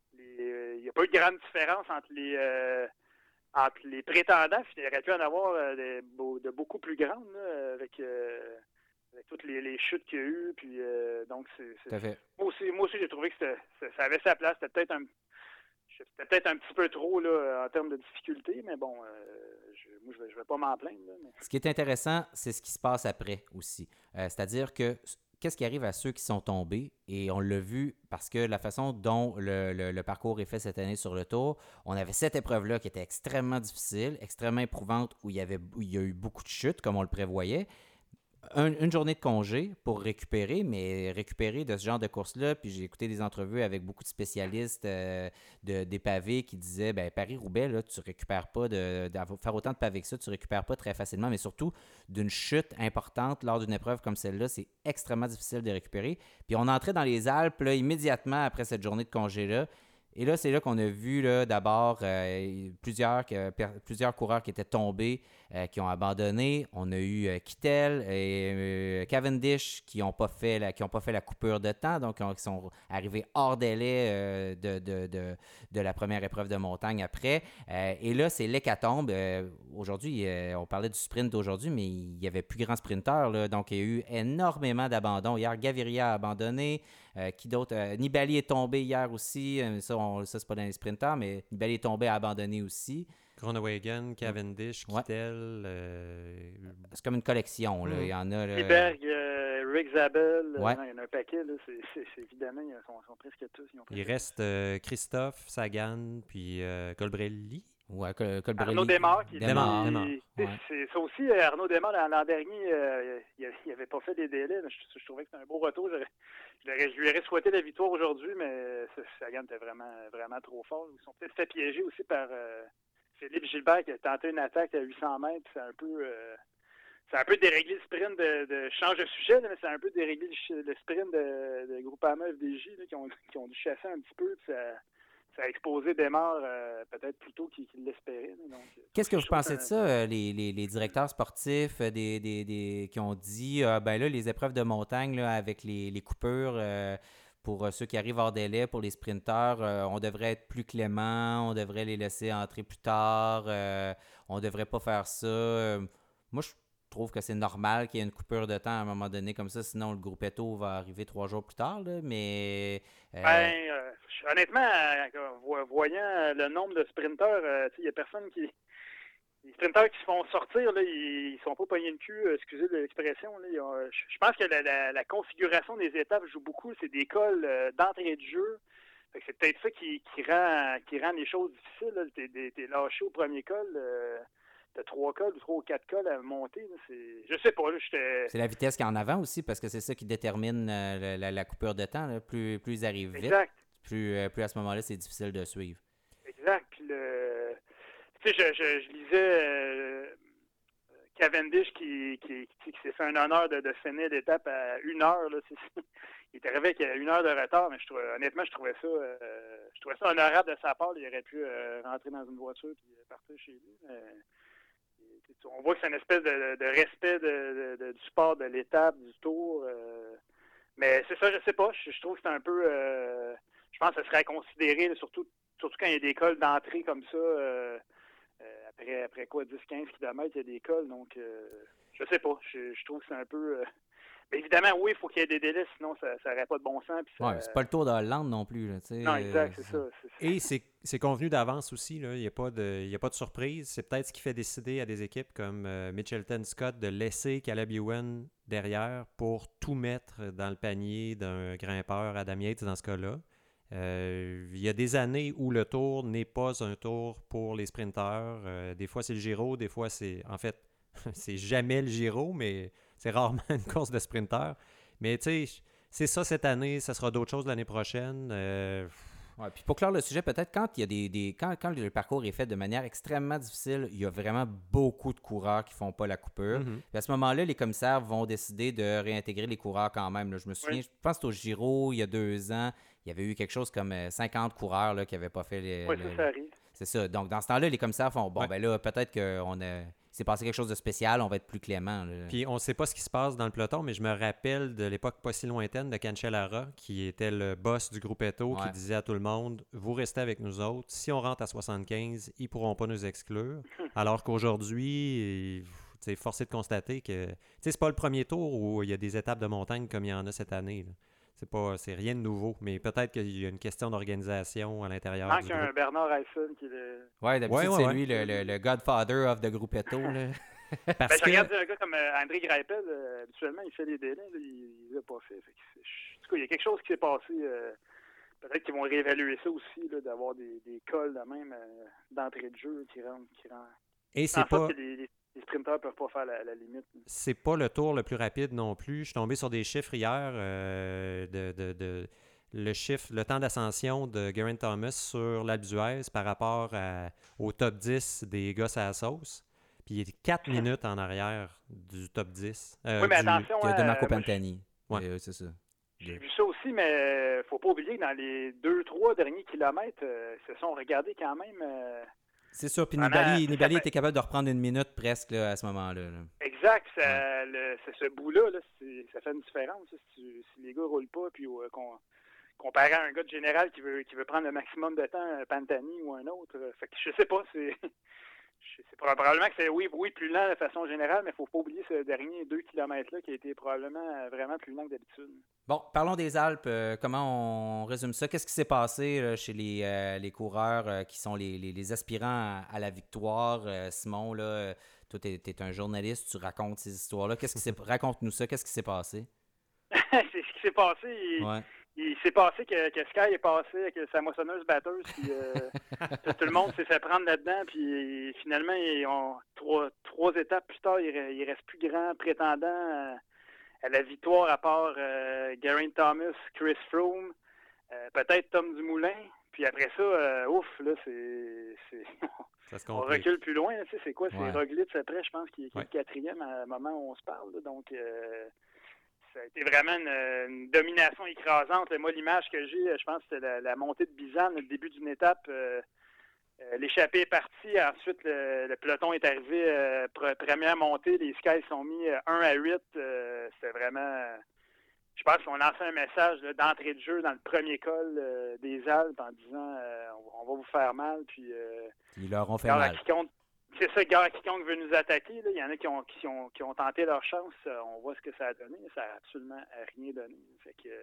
Speaker 4: il n'y a pas eu de grande différence entre les, euh, entre les prétendants. Il aurait pu en avoir euh, de, de beaucoup plus grandes là, avec, euh, avec toutes les, les chutes qu'il y a eu. Puis, euh, donc, c'est, c'est,
Speaker 2: fait.
Speaker 4: Moi aussi, moi aussi j'ai trouvé que c'était, ça avait sa place. C'était peut-être un, c'était peut-être un petit peu trop là, en termes de difficulté, mais bon, euh, je, moi, je ne vais, vais pas m'en plaindre. Là, mais...
Speaker 2: Ce qui est intéressant, c'est ce qui se passe après aussi. Euh, c'est-à-dire que qu'est-ce qui arrive à ceux qui sont tombés? Et on l'a vu parce que la façon dont le, le, le parcours est fait cette année sur le Tour, on avait cette épreuve-là qui était extrêmement difficile, extrêmement éprouvante, où il y avait, où il y a eu beaucoup de chutes, comme on le prévoyait. Un, une journée de congé pour récupérer, mais récupérer de ce genre de course-là, puis j'ai écouté des entrevues avec beaucoup de spécialistes euh, de, des pavés qui disaient, ben Paris-Roubaix, là, tu récupères pas, de, de faire autant de pavés que ça, tu récupères pas très facilement, mais surtout d'une chute importante lors d'une épreuve comme celle-là, c'est extrêmement difficile de récupérer. Puis on entrait dans les Alpes là, immédiatement après cette journée de congé-là. Et là, c'est là qu'on a vu là, d'abord euh, plusieurs, euh, per, plusieurs coureurs qui étaient tombés, euh, qui ont abandonné. On a eu euh, Kittel et euh, Cavendish qui n'ont pas fait la, qui ont pas fait la coupure de temps, donc qui sont arrivés hors délai euh, de, de, de, de la première épreuve de montagne après. Euh, et là, c'est l'hécatombe. Euh, aujourd'hui, euh, on parlait du sprint d'aujourd'hui, mais il n'y avait plus grand sprinter. Là, donc, il y a eu énormément d'abandons. Hier, Gaviria a abandonné. Euh, qui d'autre? Euh, Nibali est tombé hier aussi. Euh, ça, on, ça, c'est pas dans les sprinters, mais Nibali est tombé à abandonner aussi.
Speaker 1: Groenewegen, Cavendish,
Speaker 2: ouais.
Speaker 1: Kittel. Euh...
Speaker 2: C'est comme une collection. Là.
Speaker 1: Mmh.
Speaker 2: Il y en a. Là...
Speaker 4: Liberg, euh, Rick Zabel.
Speaker 2: Ouais.
Speaker 4: Euh, non, il y en a un paquet. Là. C'est, c'est, c'est, évidemment, ils sont, sont presque tous. Ils ont presque
Speaker 1: il reste euh, Christophe, Sagan, puis euh, Colbrelli.
Speaker 2: Ouais, Col- Colbrelli.
Speaker 4: Arnaud Desmar. Qui
Speaker 2: Desmar,
Speaker 1: Desmar.
Speaker 4: C'est,
Speaker 2: ouais.
Speaker 4: c'est, ça aussi, Arnaud Desmar, l'an, l'an dernier, euh, il n'avait pas fait des délais. Je, je trouvais que c'était un beau retour. Je, je, je lui aurais souhaité la victoire aujourd'hui, mais Sagan était vraiment, vraiment trop fort. Ils sont peut-être fait piéger aussi par euh, Philippe Gilbert qui a tenté une attaque à huit cents mètres. C'est un peu... Euh, c'est un peu déréglé le sprint de, de change de sujet, là, mais c'est un peu déréglé le, le sprint de, de Groupama F D J là, qui, ont, qui ont dû chasser un petit peu. Puis ça, ça a exposé Desmar euh, peut-être plus tôt qu'il, qu'il l'espérait. Là, donc,
Speaker 2: qu'est-ce que vous pensez de ça, euh, les, les, les directeurs sportifs euh, des, des, des, qui ont dit euh, ben là, les épreuves de montagne là, avec les, les coupures euh, pour euh, ceux qui arrivent hors délai, pour les sprinteurs, euh, on devrait être plus clément, on devrait les laisser entrer plus tard, euh, on devrait pas faire ça. Euh, moi, je Je trouve que c'est normal qu'il y ait une coupure de temps à un moment donné comme ça, sinon le Gruppetto va arriver trois jours plus tard, là, mais... Euh...
Speaker 4: Ben, euh, honnêtement, euh, voyant le nombre de sprinteurs, euh, il n'y a personne qui... Les sprinteurs qui se font sortir, là, ils, ils sont pas pognés le cul, euh, excusez l'expression. Là, ont, je, je pense que la, la, la configuration des étapes joue beaucoup, c'est des cols euh, d'entrée de jeu. Fait que c'est peut-être ça qui, qui, rend, qui rend les choses difficiles. Là. T'es, t'es lâché au premier col... Euh, t'as trois cols ou trois ou quatre cols à monter. Là, c'est... Je sais pas. Là, j'étais...
Speaker 2: C'est la vitesse qu'il y a en avant aussi, parce que c'est ça qui détermine euh, la, la, la coupure de temps. Là. Plus, plus ils arrivent vite,
Speaker 4: exact.
Speaker 2: Plus, euh, plus à ce moment-là, c'est difficile de suivre.
Speaker 4: Exact. Puis le... Tu sais, je, je, je lisais euh, Cavendish qui, qui, qui, qui s'est fait un honneur de, de finir l'étape à une heure. Là, c'est... Il est arrivé avec une heure de retard, mais je trouvais, honnêtement, je trouvais ça euh, je trouvais ça honorable de sa part. Il aurait pu euh, rentrer dans une voiture et partir chez lui. Mais... on voit que c'est une espèce de, de respect de, de, de, du sport, de l'étape, du tour. Euh, mais c'est ça, je sais pas. Je, je trouve que c'est un peu... Euh, je pense que ce serait à considérer, là, surtout, surtout quand il y a des cols d'entrée comme ça. Euh, euh, après, après quoi, dix à quinze kilomètres, il y a des cols. Donc, euh, je sais pas. Je, je trouve que c'est un peu... Euh, mais évidemment, oui, il faut qu'il y ait des délais, sinon ça n'aurait pas de bon sens. Puis ça,
Speaker 2: ouais, c'est pas le Tour de Hollande non plus. Là,
Speaker 4: non, exact, c'est ça. C'est ça.
Speaker 1: Et c'est, c'est convenu d'avance aussi. Là. Il n'y a, pas de, il y a pas de surprise. C'est peut-être ce qui fait décider à des équipes comme euh, Mitchelton Scott de laisser Caleb Ewan derrière pour tout mettre dans le panier d'un grimpeur, Adam Yates dans ce cas-là. Euh, il y a des années où le Tour n'est pas un tour pour les sprinteurs. Euh, des fois, c'est le Giro. Des fois, c'est... En fait, c'est jamais le Giro, mais... C'est rarement une course de sprinter. Mais tu sais, c'est ça cette année. Ça sera d'autres choses l'année prochaine. Euh...
Speaker 2: Ouais, puis pour clore le sujet, peut-être quand il y a des, des quand, quand le parcours est fait de manière extrêmement difficile, il y a vraiment beaucoup de coureurs qui font pas la coupure.
Speaker 1: Mm-hmm.
Speaker 2: Puis à ce moment-là, les commissaires vont décider de réintégrer les coureurs quand même. Là, je me souviens, oui. je pense que c'est au Giro, il y a deux ans, il y avait eu quelque chose comme cinquante coureurs là, qui n'avaient pas fait les...
Speaker 4: Oui,
Speaker 2: le...
Speaker 4: ça, ça arrive.
Speaker 2: C'est ça. Donc, dans ce temps-là, les commissaires font, bon,
Speaker 1: ouais.
Speaker 2: ben là, peut-être qu'on a... s'est passé quelque chose de spécial, on va être plus clément. Là.
Speaker 1: Puis on ne sait pas ce qui se passe dans le peloton, mais je me rappelle de l'époque pas si lointaine de Cancellara, qui était le boss du groupe Eto, ouais. qui disait à tout le monde, vous restez avec nous autres. Si on rentre à soixante-quinze, ils ne pourront pas nous exclure. Alors qu'aujourd'hui, c'est forcé de constater que c'est pas le premier tour où il y a des étapes de montagne comme il y en a cette année. Là. C'est pas, c'est rien de nouveau, mais peut-être qu'il y a une question d'organisation à l'intérieur.
Speaker 4: Il manque un Bernard Eisen qui est le...
Speaker 2: Oui, d'habitude,
Speaker 1: ouais, ouais,
Speaker 2: c'est
Speaker 1: ouais.
Speaker 2: lui le, le, le godfather of the Gruppetto. Là.
Speaker 4: Parce ben, que... Je regarde un gars comme euh, André Greipel, euh, habituellement, il fait les délais, là, il ne l'a pas fait. fait que, en tout cas, il y a quelque chose qui s'est passé. Euh, peut-être qu'ils vont réévaluer ça aussi, là, d'avoir des, des cols de même euh, d'entrée de jeu qui rendent... Qui rend...
Speaker 1: Et c'est pas...
Speaker 4: Les, les, les sprinteurs ne peuvent pas faire la, la limite.
Speaker 1: C'est pas le tour le plus rapide non plus. Je suis tombé sur des chiffres hier euh, de, de, de le chiffre, le temps d'ascension de Geraint Thomas sur l'Alpe d'Huez par rapport à, au top dix des gars à la sauce. Puis il est quatre minutes en arrière du top dix.
Speaker 4: Euh, oui, mais
Speaker 1: du,
Speaker 4: attention.
Speaker 2: De, de Marco
Speaker 4: euh,
Speaker 2: Pantani.
Speaker 1: Ouais.
Speaker 2: Euh, c'est ça.
Speaker 4: J'ai vu ça aussi, mais faut pas oublier que dans les deux, trois derniers kilomètres, euh, ils se sont regardés quand même. Euh,
Speaker 2: C'est sûr, puis Nibali, Nibali était capable de reprendre une minute presque là, à ce moment-là. Là.
Speaker 4: Exact, ça,
Speaker 2: ouais.
Speaker 4: le, c'est ce bout-là, là, c'est, ça fait une différence. Si, tu, si les gars ne roulent pas, puis euh, qu'on, comparé à un gars de général qui veut, qui veut prendre le maximum de temps, Pantani ou un autre, euh, fait que je sais pas, c'est, c'est probablement que c'est oui, oui, plus lent de façon générale, mais il ne faut pas oublier ce dernier deux kilomètres-là qui a été probablement vraiment plus lent que d'habitude.
Speaker 2: Bon, parlons des Alpes. Euh, comment on résume ça? Qu'est-ce qui s'est passé là, chez les, euh, les coureurs euh, qui sont les, les, les aspirants à, à la victoire? Euh, Simon, là, euh, toi, tu es un journaliste, tu racontes ces histoires-là. Qu'est-ce qui s'est... Raconte-nous ça. Qu'est-ce qui s'est passé?
Speaker 4: C'est ce qui s'est passé. Il,
Speaker 2: ouais.
Speaker 4: il s'est passé que, que Sky est passé avec sa moissonneuse batteuse. Puis, euh, tout le monde s'est fait prendre là-dedans. Puis finalement, ils ont, trois, trois étapes plus tard, il ne reste plus grand prétendant à, à la victoire à part euh, Geraint Thomas, Chris Froome, euh, peut-être Tom Dumoulin. Puis après ça, euh, ouf, là, c'est... c'est...
Speaker 1: Ça
Speaker 4: on recule plus loin. Tu sais, c'est quoi? C'est
Speaker 2: ouais.
Speaker 4: Roglic après, je pense, qui, qui
Speaker 1: ouais.
Speaker 4: est le quatrième à moment où on se parle. Là, donc... Euh, ça a été vraiment une, une domination écrasante. Moi, l'image que j'ai, je pense que c'était la, la montée de Bizanne, le début d'une étape. Euh, euh, l'échappée est partie. Ensuite, le, le peloton est arrivé. Euh, première montée, les Skies sont mis euh, un à huit. Euh, c'était vraiment... Euh, je pense qu'on lançait un message là, d'entrée de jeu dans le premier col euh, des Alpes en disant euh, on, on va vous faire mal. Puis, euh,
Speaker 2: ils leur ont fait mal.
Speaker 4: Quiconque, c'est ça, gars, quiconque veut nous attaquer. Là. Il y en a qui ont, qui, ont, qui ont tenté leur chance. On voit ce que ça a donné. Ça n'a absolument rien donné. Fait que,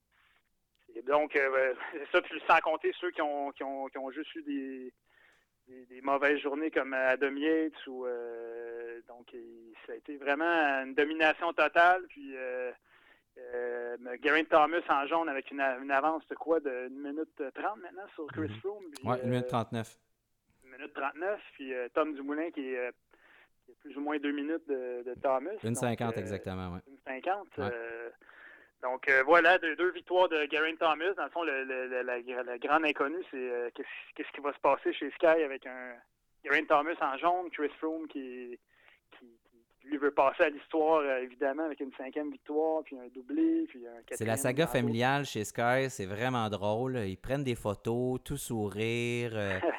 Speaker 4: euh, donc, euh, c'est ça. Puis sans compter ceux qui ont, qui ont, qui ont juste eu des, des, des mauvaises journées comme Adam Yates. Ou, euh, donc, ça a été vraiment une domination totale. Puis, euh, euh, Geraint Thomas en jaune avec une, une avance de quoi, de une minute trente maintenant sur Chris Froome.
Speaker 2: Oui, une minute trente-neuf.
Speaker 4: minute trente-neuf, puis euh, Tom Dumoulin qui est, euh, qui est plus ou moins deux minutes de, de Thomas.
Speaker 2: Une cinquante
Speaker 4: euh,
Speaker 2: exactement, oui.
Speaker 4: Une cinquante.
Speaker 2: Ouais.
Speaker 4: Euh, donc euh, voilà, deux, deux victoires de Geraint Thomas. Dans le fond, le, le, le, la, la grande inconnue, c'est euh, qu'est-ce, qu'est-ce qui va se passer chez Sky avec un Geraint Thomas en jaune, Chris Froome qui, qui, qui lui veut passer à l'histoire, euh, évidemment, avec une cinquième victoire, puis un doublé, puis un quatrième.
Speaker 2: C'est la saga familiale chez Sky, c'est vraiment drôle. Ils prennent des photos, tout sourire. Euh...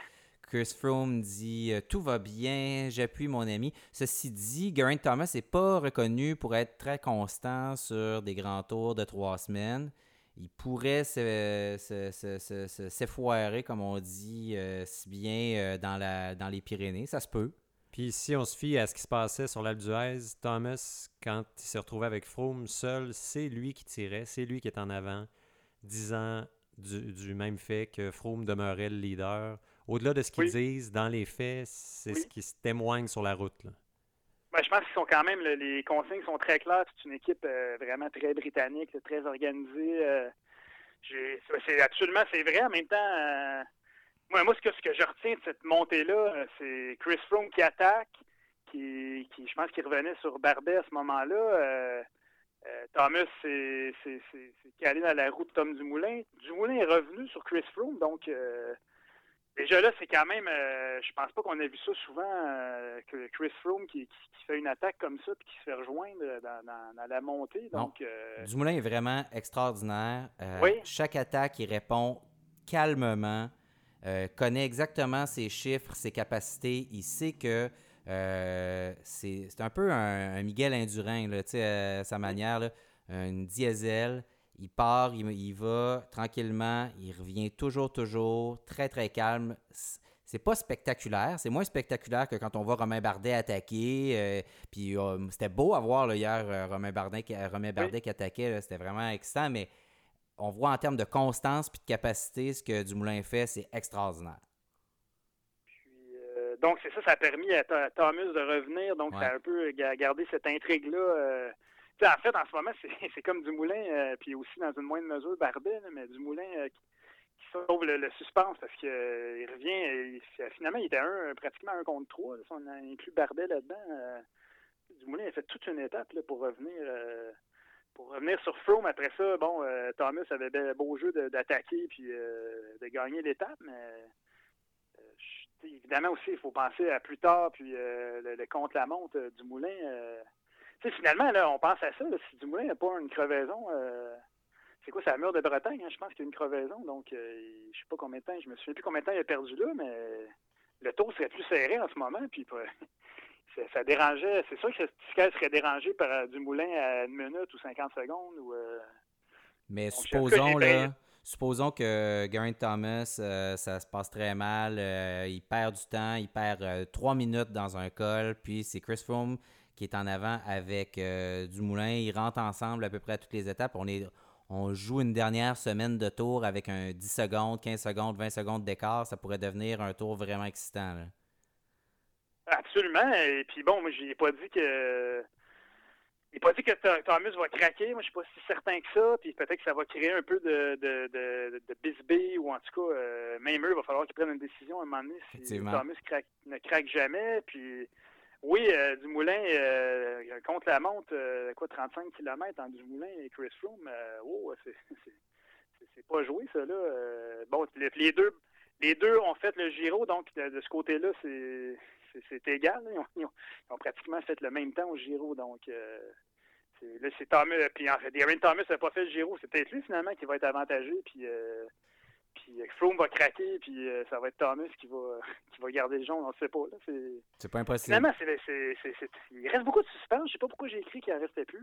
Speaker 2: Chris Froome dit euh, « Tout va bien, j'appuie mon ami ». Ceci dit, Geraint Thomas n'est pas reconnu pour être très constant sur des grands tours de trois semaines. Il pourrait se, se, se, se, se, s'effoirer, comme on dit, euh, si bien euh, dans, la, dans les Pyrénées. Ça se peut.
Speaker 1: Puis si on se fie à ce qui se passait sur l'Alpe d'Huez, Thomas, quand il s'est retrouvé avec Froome seul, c'est lui qui tirait, c'est lui qui est en avant, disant du, du même fait que Froome demeurait le leader. Au-delà de ce qu'ils
Speaker 4: Oui.
Speaker 1: disent, dans les faits, c'est
Speaker 4: Oui.
Speaker 1: ce qui se témoigne sur la route, là.
Speaker 4: Ben, je pense qu'ils sont quand même, là, les consignes sont très claires. C'est une équipe euh, vraiment très britannique, là, très organisée. Euh, j'ai, c'est, c'est absolument, c'est vrai. En même temps, euh, moi, moi ce, que, ce que je retiens de cette montée-là, euh, c'est Chris Froome qui attaque, qui, qui je pense qu'il revenait sur Bardet à ce moment-là. Euh, euh, Thomas, c'est, c'est, c'est, c'est calé dans la roue de Tom Dumoulin. Dumoulin est revenu sur Chris Froome, donc... Euh, déjà là, c'est quand même, euh, je pense pas qu'on a vu ça souvent, euh, que Chris Froome qui, qui, qui fait une attaque comme ça puis qui se fait rejoindre dans, dans, dans la montée. Donc, euh...
Speaker 2: Dumoulin est vraiment extraordinaire. Euh,
Speaker 4: oui.
Speaker 2: Chaque attaque, il répond calmement, euh, connaît exactement ses chiffres, ses capacités. Il sait que euh, c'est, c'est un peu un, un Miguel Indurain, là, tu sais, à sa manière, là, une diesel. Il part, il, il va tranquillement, il revient toujours, toujours, très, très calme. C'est pas spectaculaire, c'est moins spectaculaire que quand on voit Romain Bardet attaquer. Euh, puis euh, c'était beau à voir là, hier, euh, Romain Bardet, Romain Bardet oui. qui attaquait, là, c'était vraiment excitant, mais on voit en termes de constance puis de capacité, ce que Dumoulin fait, c'est extraordinaire.
Speaker 4: Puis, euh, donc, c'est ça, ça a permis à, à Thomas de revenir, donc
Speaker 2: ouais.
Speaker 4: ça a un peu gardé cette intrigue-là. Euh, en fait, en ce moment, c'est, c'est comme Dumoulin, euh, puis aussi dans une moindre mesure Bardet, là, mais Dumoulin euh, qui, qui sauve le, le suspense parce qu'il euh, revient, il, finalement, il était un, pratiquement un contre trois, là, si on a inclus Bardet là-dedans. Euh, Dumoulin a fait toute une étape là, pour revenir euh, pour revenir sur Froome. Après ça, bon, euh, Thomas avait un beau jeu de, d'attaquer puis euh, de gagner l'étape, mais euh, évidemment aussi, il faut penser à plus tard, puis euh, le, le contre-la-montre euh, Dumoulin. Euh, Tu sais, finalement, là, on pense à ça. Là, si Dumoulin n'a pas une crevaison, euh, c'est quoi, c'est la mur de Bretagne, hein, je pense qu'il y a une crevaison. Donc, euh, je sais pas combien de temps, je me souviens plus combien de temps il a perdu là, mais le tour serait plus serré en ce moment. Puis, ça, ça dérangeait. C'est sûr que Tiscal serait dérangé par Dumoulin à une minute ou cinquante secondes. Ou, euh,
Speaker 2: mais
Speaker 4: donc,
Speaker 2: supposons, là, supposons que Geraint Thomas, euh, ça se passe très mal. Euh, il perd du temps, il perd euh, trois minutes dans un col. Puis, c'est Chris Froome qui est en avant avec euh, Dumoulin. Ils rentrent ensemble à peu près à toutes les étapes. On, est, on joue une dernière semaine de tour avec un dix secondes, quinze secondes, vingt secondes d'écart. Ça pourrait devenir un tour vraiment excitant, là.
Speaker 4: Absolument. Et puis bon, moi, j'ai pas dit que... Il n'est pas dit que Thomas va craquer. Moi, je suis pas si certain que ça. Puis peut-être que ça va créer un peu de, de, de, de bisbille ou en tout cas, euh, même eux, il va falloir qu'ils prennent une décision à un moment donné si Thomas craque, ne craque jamais. Puis... Oui, euh, Dumoulin euh, contre la montre, euh, quoi, trente-cinq kilomètres entre Dumoulin et Chris Froome, euh, oh, c'est, c'est, c'est, c'est pas joué, ça, là. Euh, bon, les, les, deux, les deux ont fait le Giro, donc de, de ce côté-là, c'est, c'est, c'est égal. Ils ont, ils, ont, ils ont pratiquement fait le même temps au Giro, donc euh, c'est, là, c'est Thomas. Puis en fait, Geraint Thomas n'a pas fait le Giro, c'est peut-être lui, finalement, qui va être avantagé, puis... Euh, Puis Froome va craquer, puis euh, ça va être Thomas qui va, qui va garder le jaune, on ne sait pas. Là. C'est...
Speaker 2: c'est pas impossible.
Speaker 4: Finalement, c'est, c'est, c'est, c'est... il reste beaucoup de suspense. Je ne sais pas pourquoi j'ai écrit qu'il n'en restait plus.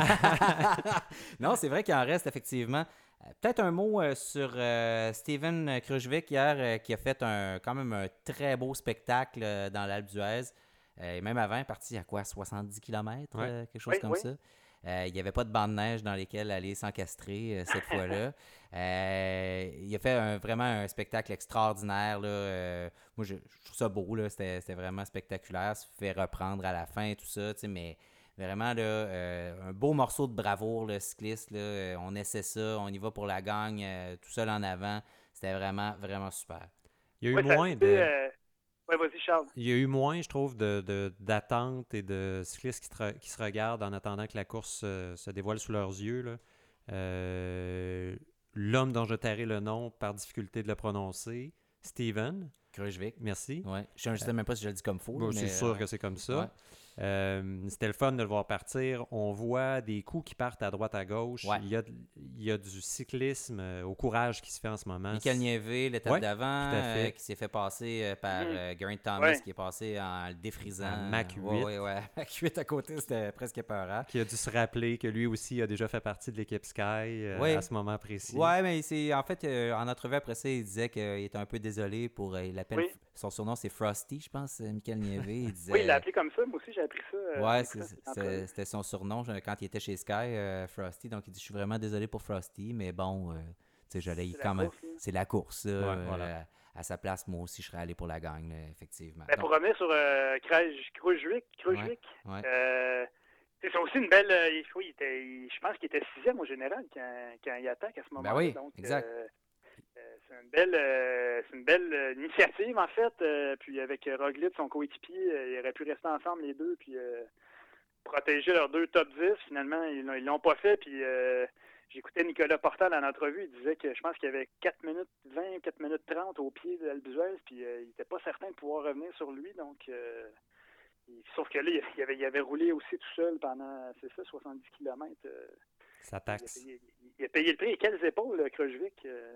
Speaker 2: Non, c'est vrai qu'il en reste, effectivement. Peut-être un mot euh, sur euh, Steven Kruijswijk hier, euh, qui a fait un, quand même un très beau spectacle euh, dans l'Alpe d'Huez. Euh, et même avant, il est parti à quoi, soixante-dix kilomètres,
Speaker 1: ouais.
Speaker 2: euh, quelque chose
Speaker 4: oui,
Speaker 2: comme
Speaker 4: oui.
Speaker 2: ça. Euh, il n'y avait pas de banc de neige dans lesquels aller s'encastrer euh, cette fois-là. Euh, il a fait un, vraiment un spectacle extraordinaire. Là. Euh, moi, je, je trouve ça beau. Là. C'était, c'était vraiment spectaculaire. Ça se fait reprendre à la fin et tout ça. Mais vraiment, là, euh, un beau morceau de bravoure, le cycliste. Là. Euh, on essaie ça. On y va pour la gagne, euh, tout seul en avant. C'était vraiment, vraiment super.
Speaker 1: Il y a eu
Speaker 4: ouais,
Speaker 1: moins
Speaker 4: ça,
Speaker 1: de...
Speaker 4: Euh... Oui, vas-y, Charles.
Speaker 1: Il y a eu moins, je trouve, de, de, d'attente et de cyclistes qui, tra- qui se regardent en attendant que la course euh, se dévoile sous leurs yeux. Là. Euh, l'homme dont je tairai le nom par difficulté de le prononcer, Steven
Speaker 2: Kruijswijk.
Speaker 1: Merci.
Speaker 2: Ouais. Je ne sais même pas si je le dis comme faux.
Speaker 1: Bon,
Speaker 2: mais,
Speaker 1: c'est sûr
Speaker 2: euh,
Speaker 1: que c'est comme ça.
Speaker 2: Ouais.
Speaker 1: Euh, c'était le fun de le voir partir. On voit des coups qui partent à droite, à gauche.
Speaker 2: Ouais.
Speaker 1: Il, y a, il y a du cyclisme euh, au courage qui se fait en ce moment.
Speaker 2: Michael Nieve, l'étape
Speaker 1: Ouais,
Speaker 2: d'avant,
Speaker 1: tout à fait.
Speaker 2: euh, qui s'est fait passer euh, par
Speaker 4: Mm.
Speaker 2: euh, Geraint Thomas,
Speaker 4: Ouais.
Speaker 2: qui est passé en le défrisant.
Speaker 1: À Mach huit.
Speaker 2: Ouais, ouais, ouais. Mach huit à côté, c'était presque épeurant.
Speaker 1: Qui a dû se rappeler que lui aussi a déjà fait partie de l'équipe Sky euh,
Speaker 2: Oui.
Speaker 1: à ce moment précis.
Speaker 2: Ouais, mais c'est en fait, euh, en entrevue après ça, il disait qu'il était un peu désolé pour. euh, il appelle
Speaker 4: Oui.
Speaker 2: son surnom, c'est Frosty, je pense, euh, Michael Nieve. Il disait.
Speaker 4: Oui, il l'a appelé comme ça. Moi aussi, j'ai appris ça. euh,
Speaker 2: Ouais,
Speaker 4: en
Speaker 2: c'est-
Speaker 4: écoutant cette
Speaker 2: c'est-
Speaker 4: entrevue.
Speaker 2: c'était son surnom je- quand il était chez Sky, euh, Frosty. Donc, il dit: Je suis vraiment désolé pour Frosty, mais bon, euh, tu sais, j'allais y
Speaker 4: C'est la
Speaker 2: quand même.
Speaker 4: course, là.
Speaker 2: C'est la course, ça.
Speaker 1: Ouais,
Speaker 2: euh,
Speaker 1: voilà.
Speaker 2: à sa place, moi aussi, je serais allé pour la gang, là, effectivement.
Speaker 4: Ben,
Speaker 2: Donc,
Speaker 4: pour revenir sur euh, Kraj- Kruijswijk, Kruijswijk,
Speaker 2: ouais.
Speaker 4: euh, c'est aussi une belle. euh, il- oui, il était, il- je pense qu'il était sixième au général quand, quand il attaque à ce moment-là.
Speaker 2: oui,
Speaker 4: Donc,
Speaker 2: exact.
Speaker 4: euh, euh, c'est une belle, euh, c'est une belle euh, initiative en fait. euh, puis avec Roglic, son coéquipier, euh, ils auraient pu rester ensemble les deux, puis euh, protéger leurs deux top dix. Finalement, ils l'ont, ils l'ont pas fait. Puis euh, j'écoutais Nicolas Portal en entrevue, il disait que je pense qu'il y avait quatre minutes vingt, quatre minutes trente au pied d'Albuquerque, puis euh, il n'était pas certain de pouvoir revenir sur lui. Donc, euh, il- sauf que là, il avait, il avait roulé aussi tout seul pendant, c'est ça, soixante-dix kilomètres. euh,
Speaker 1: Ça
Speaker 4: il, a
Speaker 1: taxe.
Speaker 4: payé, il- il a payé le prix. Et quelles épaules, Kruijswijk euh,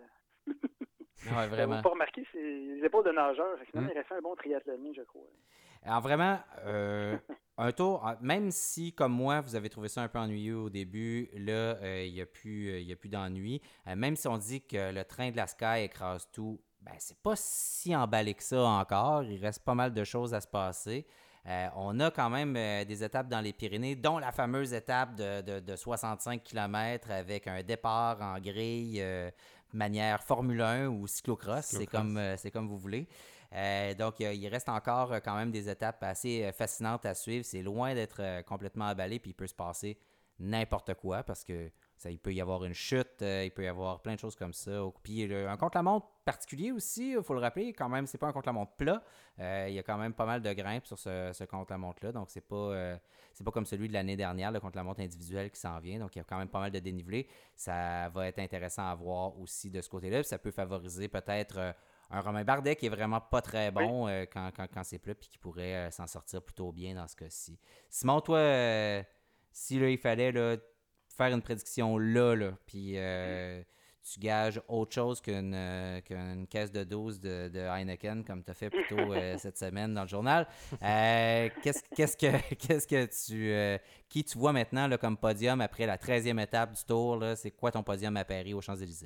Speaker 2: Ouais,
Speaker 4: Vous
Speaker 2: vraiment.
Speaker 4: n'avez pas remarqué, c'est les épaules de nageur. Fait que finalement,
Speaker 2: Mm.
Speaker 4: il aurait fait un bon triathlonien, je crois.
Speaker 2: Alors vraiment, euh, un tour, en- même si, comme moi, vous avez trouvé ça un peu ennuyeux au début, là, euh, il n'y a plus, euh, il y a plus d'ennui. Euh, même si on dit que le train de la Sky écrase tout, ben c'est pas si emballé que ça encore. Il reste pas mal de choses à se passer. Euh, on a quand même euh, des étapes dans les Pyrénées, dont la fameuse étape de, de, de soixante-cinq kilomètres avec un départ en grille euh, manière Formule un ou cyclocross, c'est
Speaker 1: Cyclocross.
Speaker 2: comme, euh, c'est comme vous voulez. Euh, donc, euh, il reste encore euh, quand même des étapes assez euh, fascinantes à suivre. C'est loin d'être euh, complètement emballé, puis il peut se passer n'importe quoi parce que ça, il peut y avoir une chute, euh, il peut y avoir plein de choses comme ça. Puis le- un contre-la-montre particulier aussi, il faut le rappeler, quand même, c'est pas un contre-la-montre plat. Euh, il y a quand même pas mal de grimpes sur ce, ce contre-la-montre-là, donc c'est pas, euh, c'est pas comme celui de l'année dernière, le contre-la-montre individuel qui s'en vient. Donc il y a quand même pas mal de dénivelé. Ça va être intéressant à voir aussi de ce côté-là. Puis ça peut favoriser peut-être euh, un Romain Bardet qui est vraiment pas très bon euh, quand, quand, quand c'est plat, puis qui pourrait euh, s'en sortir plutôt bien dans ce cas-ci. Simon, toi, euh, si là, il fallait là, faire une prédiction là, là puis euh, tu gages autre chose qu'une, euh, qu'une caisse de douze de, de Heineken, comme tu as fait plus tôt euh, cette semaine dans le journal, euh, qu'est-ce, qu'est-ce que, qu'est-ce que tu... euh, qui tu vois maintenant là, comme podium après la treizième étape du Tour? Là, c'est quoi ton podium à Paris, aux Champs-Élysées?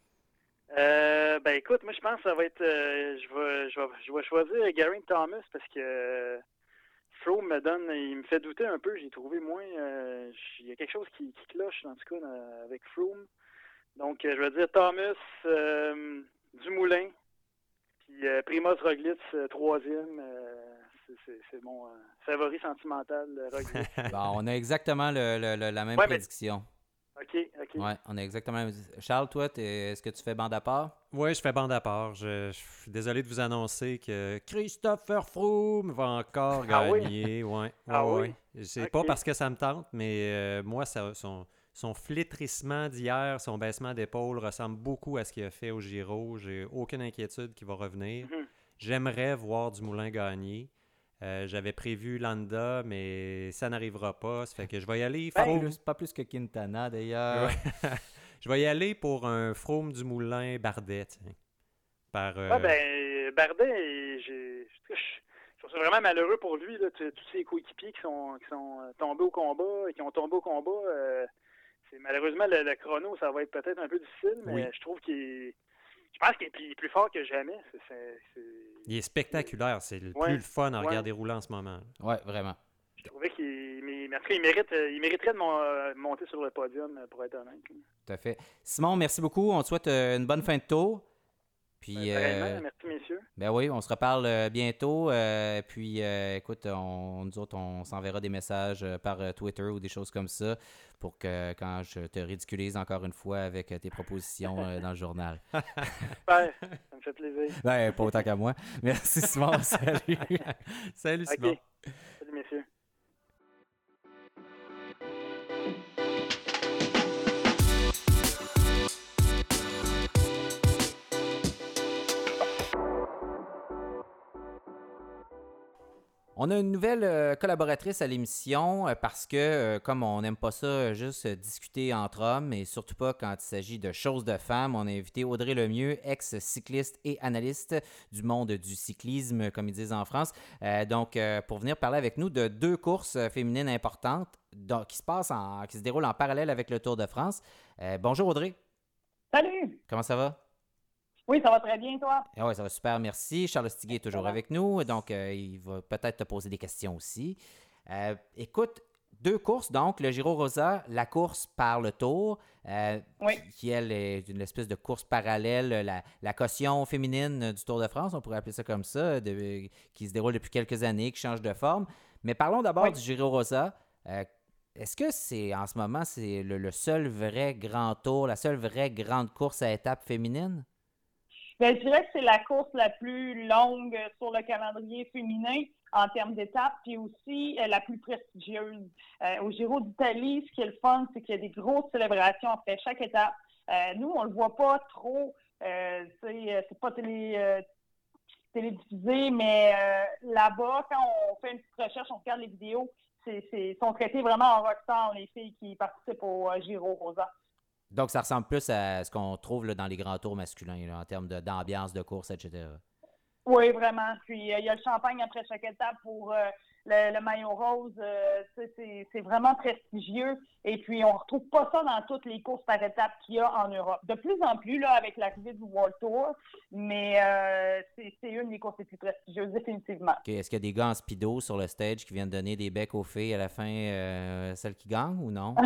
Speaker 4: Euh, ben écoute, moi je pense que ça va être. euh, je vais je vais je vais choisir Geraint Thomas parce que euh, Froome me donne. Il me fait douter un peu. J'ai trouvé moins. euh, Il y a quelque chose qui, qui cloche en tout cas dans- avec Froome. Donc euh, je vais dire Thomas, euh, Dumoulin, puis euh, Primoz Roglic, euh, troisième. euh, c'est, c'est, c'est mon euh, favori sentimental, euh, Roglic.
Speaker 2: Bon, on a exactement le- le- le- la même
Speaker 4: Ouais, mais-
Speaker 2: prédiction.
Speaker 4: OK, OK.
Speaker 2: Ouais, on a exactement la même. Charles, toi, t'es- est-ce que tu fais bande à part?
Speaker 1: Oui, je fais bande à part. Je, je suis désolé de vous annoncer que Christopher Froome va encore
Speaker 4: Ah oui?
Speaker 1: gagner. Ouais,
Speaker 4: Ah
Speaker 1: ouais,
Speaker 4: oui?
Speaker 1: ouais. C'est
Speaker 4: Ok.
Speaker 1: pas parce que ça me tente, mais euh, moi, ça, son, son flétrissement d'hier, son baissement d'épaule ressemble beaucoup à ce qu'il a fait au Giro. J'ai aucune inquiétude qu'il va revenir.
Speaker 4: Mhm.
Speaker 1: J'aimerais voir Dumoulin gagner. Euh, J'avais prévu Landa, mais ça n'arrivera pas. Ça fait que je vais y aller.
Speaker 2: Pas
Speaker 1: Froome.
Speaker 2: plus, pas plus que Quintana, d'ailleurs.
Speaker 1: Ouais. Je vais y aller pour un Froome Dumoulin Bardet. tiens. Par, euh,
Speaker 4: Ah ben, Bardet, j'ai, je, je trouve ça vraiment malheureux pour lui, là, t- tous ses coéquipiers qui sont, qui sont euh, tombés au combat, et qui ont tombé au combat. euh, c'est malheureusement le, le chrono, ça va être peut-être un peu difficile, mais
Speaker 1: Oui.
Speaker 4: je trouve qu'il est, je pense qu'il est plus, plus fort que jamais. C'est, c'est, c'est-
Speaker 1: Il est spectaculaire. C'est le
Speaker 4: Ouais,
Speaker 1: plus le fun à
Speaker 4: ouais.
Speaker 1: regarder rouler en ce moment.
Speaker 2: Ouais, vraiment.
Speaker 4: Je trouvais qu'il, mais, mais en tout cas, il mérite, euh, il mériterait de mon- euh, monter sur le podium, euh, pour être honnête. là.
Speaker 2: Tout à fait. Simon, merci beaucoup. On te souhaite euh, une bonne fin de tour. Puis,
Speaker 4: Ben, pareillement,
Speaker 2: euh,
Speaker 4: merci messieurs.
Speaker 2: ben oui, on se reparle euh, bientôt. euh, puis, euh, écoute, on, nous autres, on s'enverra des messages euh, par euh, Twitter ou des choses comme ça pour que quand je te ridiculise encore une fois avec euh, tes propositions euh, dans le journal.
Speaker 4: Super, ça me fait plaisir.
Speaker 2: Ben, pas autant qu'à moi. Merci, Simon. Salut.
Speaker 1: Salut Simon.
Speaker 4: OK. Salut messieurs.
Speaker 2: On a une nouvelle euh, collaboratrice à l'émission euh, parce que, euh, comme on n'aime pas ça, euh, juste euh, discuter entre hommes et surtout pas quand il s'agit de choses de femmes, on a invité Audrey Lemieux, ex-cycliste et analyste du monde du cyclisme, comme ils disent en France, euh, donc euh, pour venir parler avec nous de deux courses euh, féminines importantes donc, qui, se passent en, qui se déroulent en parallèle avec le Tour de France. Euh, bonjour Audrey.
Speaker 3: Salut!
Speaker 2: Comment ça va?
Speaker 3: Oui, ça va très bien, toi?
Speaker 2: Ah oui, ça va super, merci. Charles Stiguet est toujours avec nous, donc euh, il va peut-être te poser des questions aussi. Euh, écoute, deux courses, donc le Giro Rosa, la course par le Tour, euh,
Speaker 3: oui.
Speaker 2: qui, qui, elle, est une espèce de course parallèle, la, la caution féminine du Tour de France, on pourrait appeler ça comme ça, de, qui se déroule depuis quelques années, qui change de forme. Mais parlons d'abord
Speaker 3: oui.
Speaker 2: du Giro Rosa. Euh, Est-ce que c'est, en ce moment, c'est le, le seul vrai grand tour, la seule vraie grande course à étapes féminine?
Speaker 3: Bien, je dirais que c'est la course la plus longue sur le calendrier féminin en termes d'étapes, puis aussi euh, la plus prestigieuse. Euh, au Giro d'Italie, ce qui est le fun, c'est qu'il y a des grosses célébrations après chaque étape. Euh, nous, on le voit pas trop, euh, c'est, c'est pas télé, euh, télédiffusé, mais euh, là-bas, quand on fait une petite recherche, on regarde les vidéos, c'est, c'est sont traitées vraiment en rockstar, les filles qui participent au euh, Giro Rosa.
Speaker 2: Donc, ça ressemble plus à ce qu'on trouve là, dans les grands tours masculins, là, en termes de, d'ambiance, de course, et cetera.
Speaker 3: Oui, vraiment. Puis, il euh, y a le champagne après chaque étape pour euh, le, le maillot rose. Euh, c'est, c'est vraiment prestigieux. Et puis, on ne retrouve pas ça dans toutes les courses par étapes qu'il y a en Europe. De plus en plus, là, avec l'arrivée du World Tour, mais euh, c'est, c'est une des courses les plus prestigieuses, définitivement.
Speaker 2: Okay. Est-ce qu'il y a des gars en speedo sur le stage qui viennent donner des becs aux filles à la fin, euh, celles qui gagnent ou non?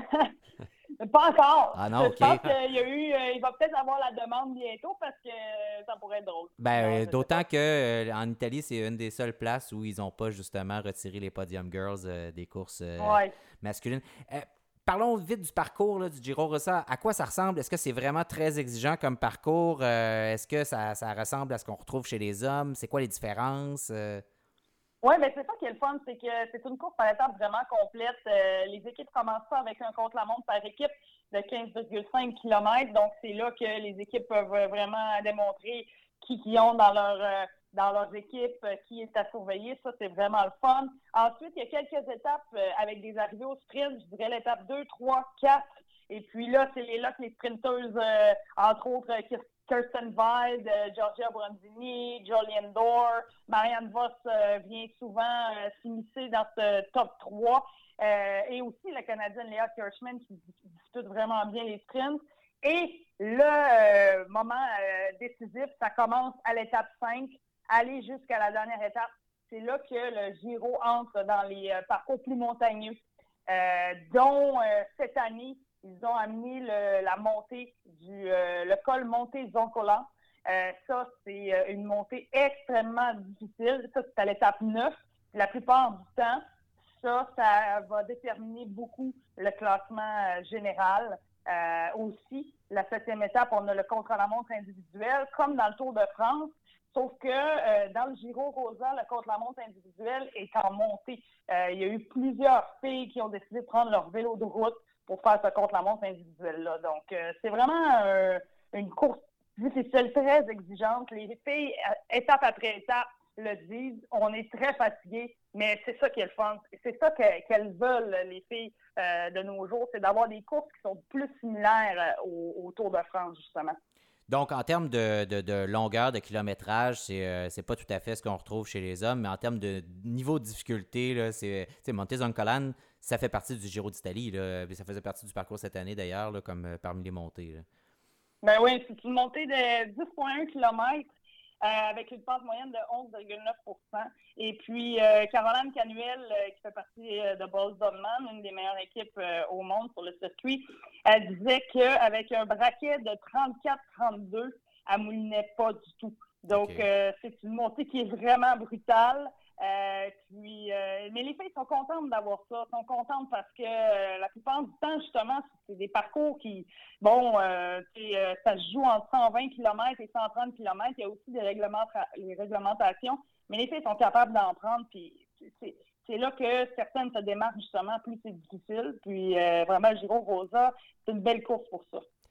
Speaker 3: Pas encore.
Speaker 2: Ah non, OK.
Speaker 3: Je pense qu'il y a eu, euh, il va peut-être avoir la demande bientôt parce que euh, ça pourrait être drôle.
Speaker 2: Ben,
Speaker 3: non,
Speaker 2: euh, d'autant qu'en euh, Italie, c'est une des seules places où ils n'ont pas justement retiré les podium girls euh, des courses euh,
Speaker 3: ouais.
Speaker 2: masculines. Euh, parlons vite du parcours là, du Giro Rosa. À quoi ça ressemble? Est-ce que c'est vraiment très exigeant comme parcours? Euh, est-ce que ça, ça ressemble à ce qu'on retrouve chez les hommes? C'est quoi les différences? Euh...
Speaker 3: Oui, mais c'est ça qui est le fun, c'est que c'est une course par étapes vraiment complète. Euh, les équipes commencent ça avec un contre-la-montre par équipe de quinze virgule cinq kilomètres. Donc, c'est là que les équipes peuvent vraiment démontrer qui qui ont dans leur euh, dans leurs équipes, euh, qui est à surveiller. Ça, c'est vraiment le fun. Ensuite, il y a quelques étapes euh, avec des arrivées au sprint. Je dirais l'étape deux, trois, quatre. Et puis là, c'est là que les sprinteuses, euh, entre autres, euh, Kirsten Wild, euh, Georgia Bronzini, Jolien Dore, Marianne Vos euh, vient souvent euh, s'immiscer dans ce top trois. Euh, et aussi la Canadienne Léa Kirchmann qui dispute vraiment bien les sprints. Et le euh, moment euh, décisif, ça commence à l'étape cinq, aller jusqu'à la dernière étape. C'est là que le Giro entre dans les euh, parcours plus montagneux, euh, dont euh, cette année, ils ont amené le, la montée du euh, le col montée Zoncolan. Euh, ça, c'est euh, une montée extrêmement difficile. Ça, c'est à l'étape neuf. La plupart du temps, ça, ça va déterminer beaucoup le classement euh, général. Euh, aussi, la septième étape, on a le contre-la-montre individuel, comme dans le Tour de France. Sauf que euh, dans le Giro Rosa, le contre-la-montre individuel est en montée. Euh, il y a eu plusieurs filles qui ont décidé de prendre leur vélo de route pour faire ce contre-la-montre individuel-là. Donc, euh, c'est vraiment euh, une course difficile, très exigeante. Les filles, étape après étape, le disent. On est très fatigués, mais c'est ça qui est le fun. C'est ça que, qu'elles veulent, les filles euh, de nos jours, c'est d'avoir des courses qui sont plus similaires au, au Tour de France, justement.
Speaker 2: Donc, en termes de, de, de longueur, de kilométrage, c'est, euh, c'est pas tout à fait ce qu'on retrouve chez les hommes, mais en termes de niveau de difficulté, là, c'est, tu sais, Monte Zoncolan, ça fait partie du Giro d'Italie, là, ça faisait partie du parcours cette année d'ailleurs, là, comme euh, parmi les montées. Là.
Speaker 3: Ben oui, c'est une montée de dix virgule un kilomètres euh, avec une pente moyenne de onze virgule neuf pour cent. Et puis, euh, Caroline Canuel, euh, qui fait partie euh, de Bols-Dodman, une des meilleures équipes euh, au monde sur le circuit, elle disait qu'avec un braquet de trente-quatre trente-deux, elle moulinait pas du tout. Donc, okay. euh, c'est une montée qui est vraiment brutale. Euh, puis, euh, mais les filles sont contentes d'avoir ça, sont contentes parce que euh, la plupart du temps, justement, c'est des parcours qui, bon, euh, euh, ça se joue entre cent vingt kilomètres et cent trente kilomètres. Il y a aussi des réglementa- les réglementations, mais les filles sont capables d'en prendre. Puis, c'est, c'est là que certaines se démarquent, justement, plus c'est difficile. Puis, euh, vraiment, le Giro Rosa, c'est une belle course pour ça.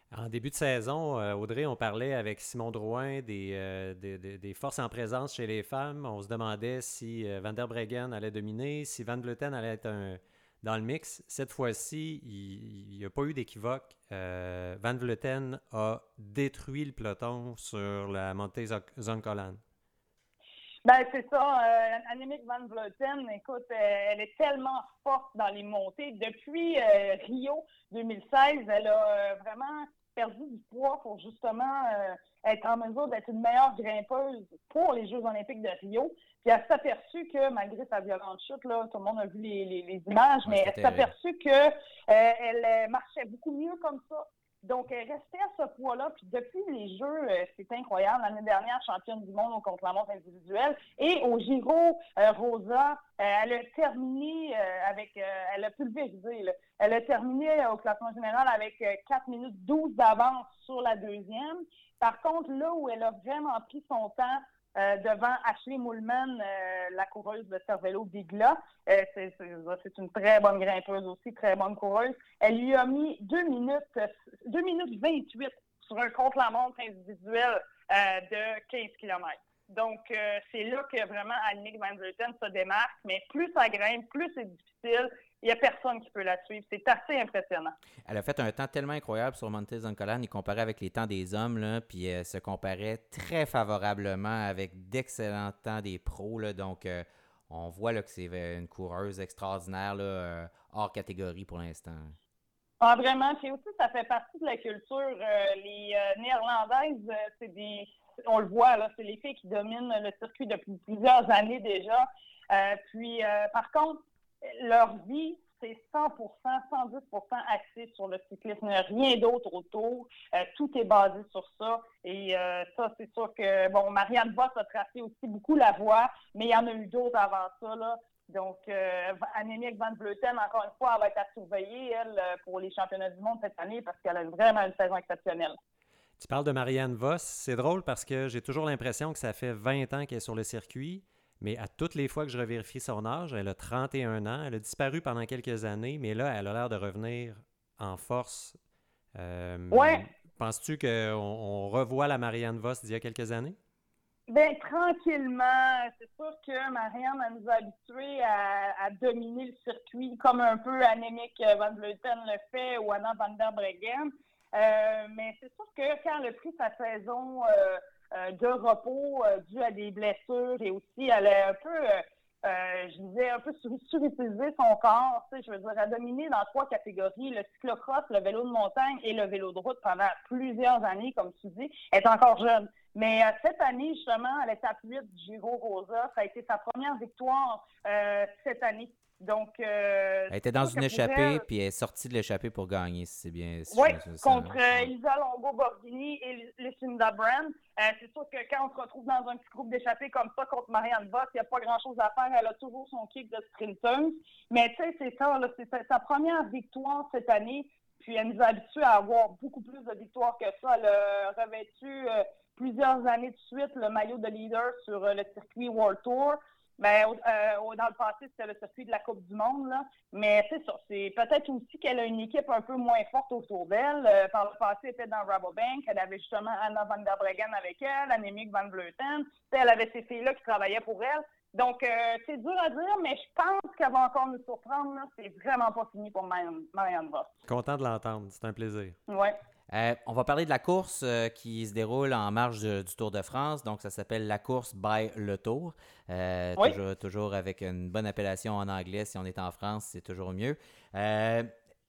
Speaker 1: En début de saison, euh, Audrey, on parlait avec Simon Drouin des, euh, des, des, des forces en présence chez les femmes. On se demandait si euh, Van der Breggen allait dominer, si Van Vleuten allait être un, dans le mix. Cette fois-ci, il n'y a pas eu d'équivoque. Euh, Van Vleuten a détruit le peloton sur la montée Zoncolan.
Speaker 3: Ben c'est ça. Euh, Annemiek van Vleuten, écoute, euh, elle est tellement forte dans les montées. Depuis euh, Rio deux mille seize, elle a euh, vraiment perdu du poids pour justement euh, être en mesure d'être une meilleure grimpeuse pour les Jeux olympiques de Rio. Puis elle s'est aperçue que, malgré sa violente chute, là, tout le monde a vu les, les, les images, ouais, mais elle s'est aperçue qu'elle euh, marchait beaucoup mieux comme ça. Donc, elle restait à ce poids-là. Puis depuis les Jeux, euh, c'est incroyable. L'année dernière, championne du monde au contre-la-montre individuelle. Et au Giro euh, Rosa, euh, elle a terminé euh, avec... Euh, elle a pulvérisé. Là. Elle a terminé euh, au classement général avec euh, quatre minutes douze d'avance sur la deuxième. Par contre, là où elle a vraiment pris son temps, Euh, devant Ashley Moolman, euh, la coureuse de Cervélo Bigla. Euh, c'est, c'est, c'est une très bonne grimpeuse aussi, très bonne coureuse. Elle lui a mis deux minutes, deux minutes vingt-huit sur un contre-la-montre individuel euh, de quinze kilomètres. Donc, euh, c'est là que vraiment Annemiek van Vleuten se démarque, mais plus ça grimpe, plus c'est difficile. Il n'y a personne qui peut la suivre. C'est assez impressionnant.
Speaker 2: Elle a fait un temps tellement incroyable sur Monte Zoncolan. Il comparait avec les temps des hommes, là, puis elle se comparait très favorablement avec d'excellents temps des pros. Là, donc, euh, on voit là, que c'est une coureuse extraordinaire, là, euh, hors catégorie pour l'instant.
Speaker 3: Ah, vraiment. Puis aussi, ça fait partie de la culture. Euh, les euh, Néerlandaises, euh, c'est des... On le voit, là, c'est les filles qui dominent le circuit depuis plusieurs années déjà. Euh, puis, euh, par contre, leur vie, c'est cent pour cent, cent dix pour cent axé sur le cyclisme. Rien d'autre autour. Euh, tout est basé sur ça. Et euh, ça, c'est sûr que, bon, Marianne Vos a tracé aussi beaucoup la voie, mais il y en a eu d'autres avant ça, là. Donc, euh, Annemiek van Vleuten, encore une fois, elle va être à surveiller, elle, pour les championnats du monde cette année parce qu'elle a vraiment une saison exceptionnelle.
Speaker 1: Tu parles de Marianne Vos. C'est drôle parce que j'ai toujours l'impression que ça fait vingt ans qu'elle est sur le circuit. Mais à toutes les fois que je revérifie son âge, elle a trente et un ans. Elle a disparu pendant quelques années, mais là, elle a l'air de revenir en force. Euh,
Speaker 3: ouais.
Speaker 1: Penses-tu qu'on on revoit la Marianne Vos d'il y a quelques années?
Speaker 3: Bien, tranquillement. C'est sûr que Marianne, elle nous a habitués à, à dominer le circuit, comme un peu Annemiek van Vleuten le fait ou Anna van der Breggen. Euh, mais c'est sûr que quand elle a pris sa saison... Euh, Euh, de repos euh, dû à des blessures et aussi elle a un peu, euh, euh, je disais, un peu sur, surutilisé son corps. Tu sais, je veux dire, elle a dominé dans trois catégories, le cyclocross, le vélo de montagne et le vélo de route pendant plusieurs années, comme tu dis. Elle est encore jeune. Mais euh, cette année, justement, elle est à huit du Giro Rosa. Ça a été sa première victoire euh, cette année. Donc, euh,
Speaker 2: elle était dans une échappée, elle... puis elle est sortie de l'échappée pour gagner, si c'est bien. Si
Speaker 3: oui, contre euh, Elisa Longo-Borghini et Lucinda Brand. Euh, c'est sûr que quand on se retrouve dans un petit groupe d'échappées comme ça contre Marianne Vos, il n'y a pas grand-chose à faire. Elle a toujours son kick de sprinteuse. Mais tu sais, c'est ça, là, c'est sa, sa première victoire cette année. Puis elle nous a habitués à avoir beaucoup plus de victoires que ça. Elle a revêtu euh, plusieurs années de suite le maillot de leader sur euh, le circuit World Tour. Ben, euh, dans le passé, c'était le circuit de la Coupe du Monde, là. Mais c'est ça. C'est peut-être aussi qu'elle a une équipe un peu moins forte autour d'elle. Euh, par le passé, elle était dans Rabobank. Elle avait justement Anna van der Breggen avec elle, Annemiek van Vleuten. Elle avait ces filles-là qui travaillaient pour elle. Donc, euh, c'est dur à dire, mais je pense qu'elle va encore nous surprendre. Là. C'est vraiment pas fini pour Marianne Vos.
Speaker 1: Content de l'entendre. C'est un plaisir.
Speaker 3: Oui.
Speaker 2: Euh, on va parler de la course euh, qui se déroule en marge de, du Tour de France. Donc, ça s'appelle la course by Le Tour. Euh, oui. toujours, toujours avec une bonne appellation en anglais. Si on est en France, c'est toujours mieux. Euh,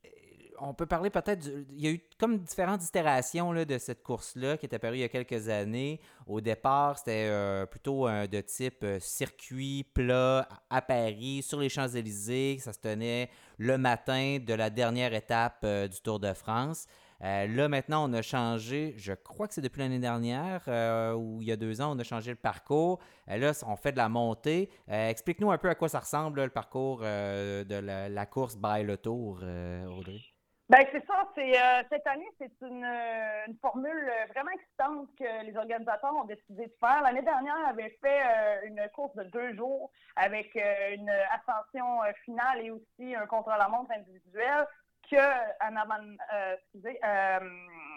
Speaker 2: on peut parler peut-être... Du, il y a eu comme différentes itérations là, de cette course-là qui est apparue il y a quelques années. Au départ, c'était euh, plutôt euh, de type euh, circuit plat à Paris, sur les Champs-Élysées. Ça se tenait le matin de la dernière étape euh, du Tour de France. Euh, là, maintenant, on a changé, je crois que c'est depuis l'année dernière, euh, ou il y a deux ans, on a changé le parcours. Euh, là, on fait de la montée. Euh, explique-nous un peu à quoi ça ressemble, là, le parcours euh, de la, la course by Le Tour, euh, Audrey.
Speaker 3: Bien, c'est ça. C'est, euh, cette année, c'est une, une formule vraiment excitante que les organisateurs ont décidé de faire. L'année dernière, on avait fait euh, une course de deux jours avec euh, une ascension euh, finale et aussi un contre-la-montre individuel. que Anna Van, euh, excusez, euh,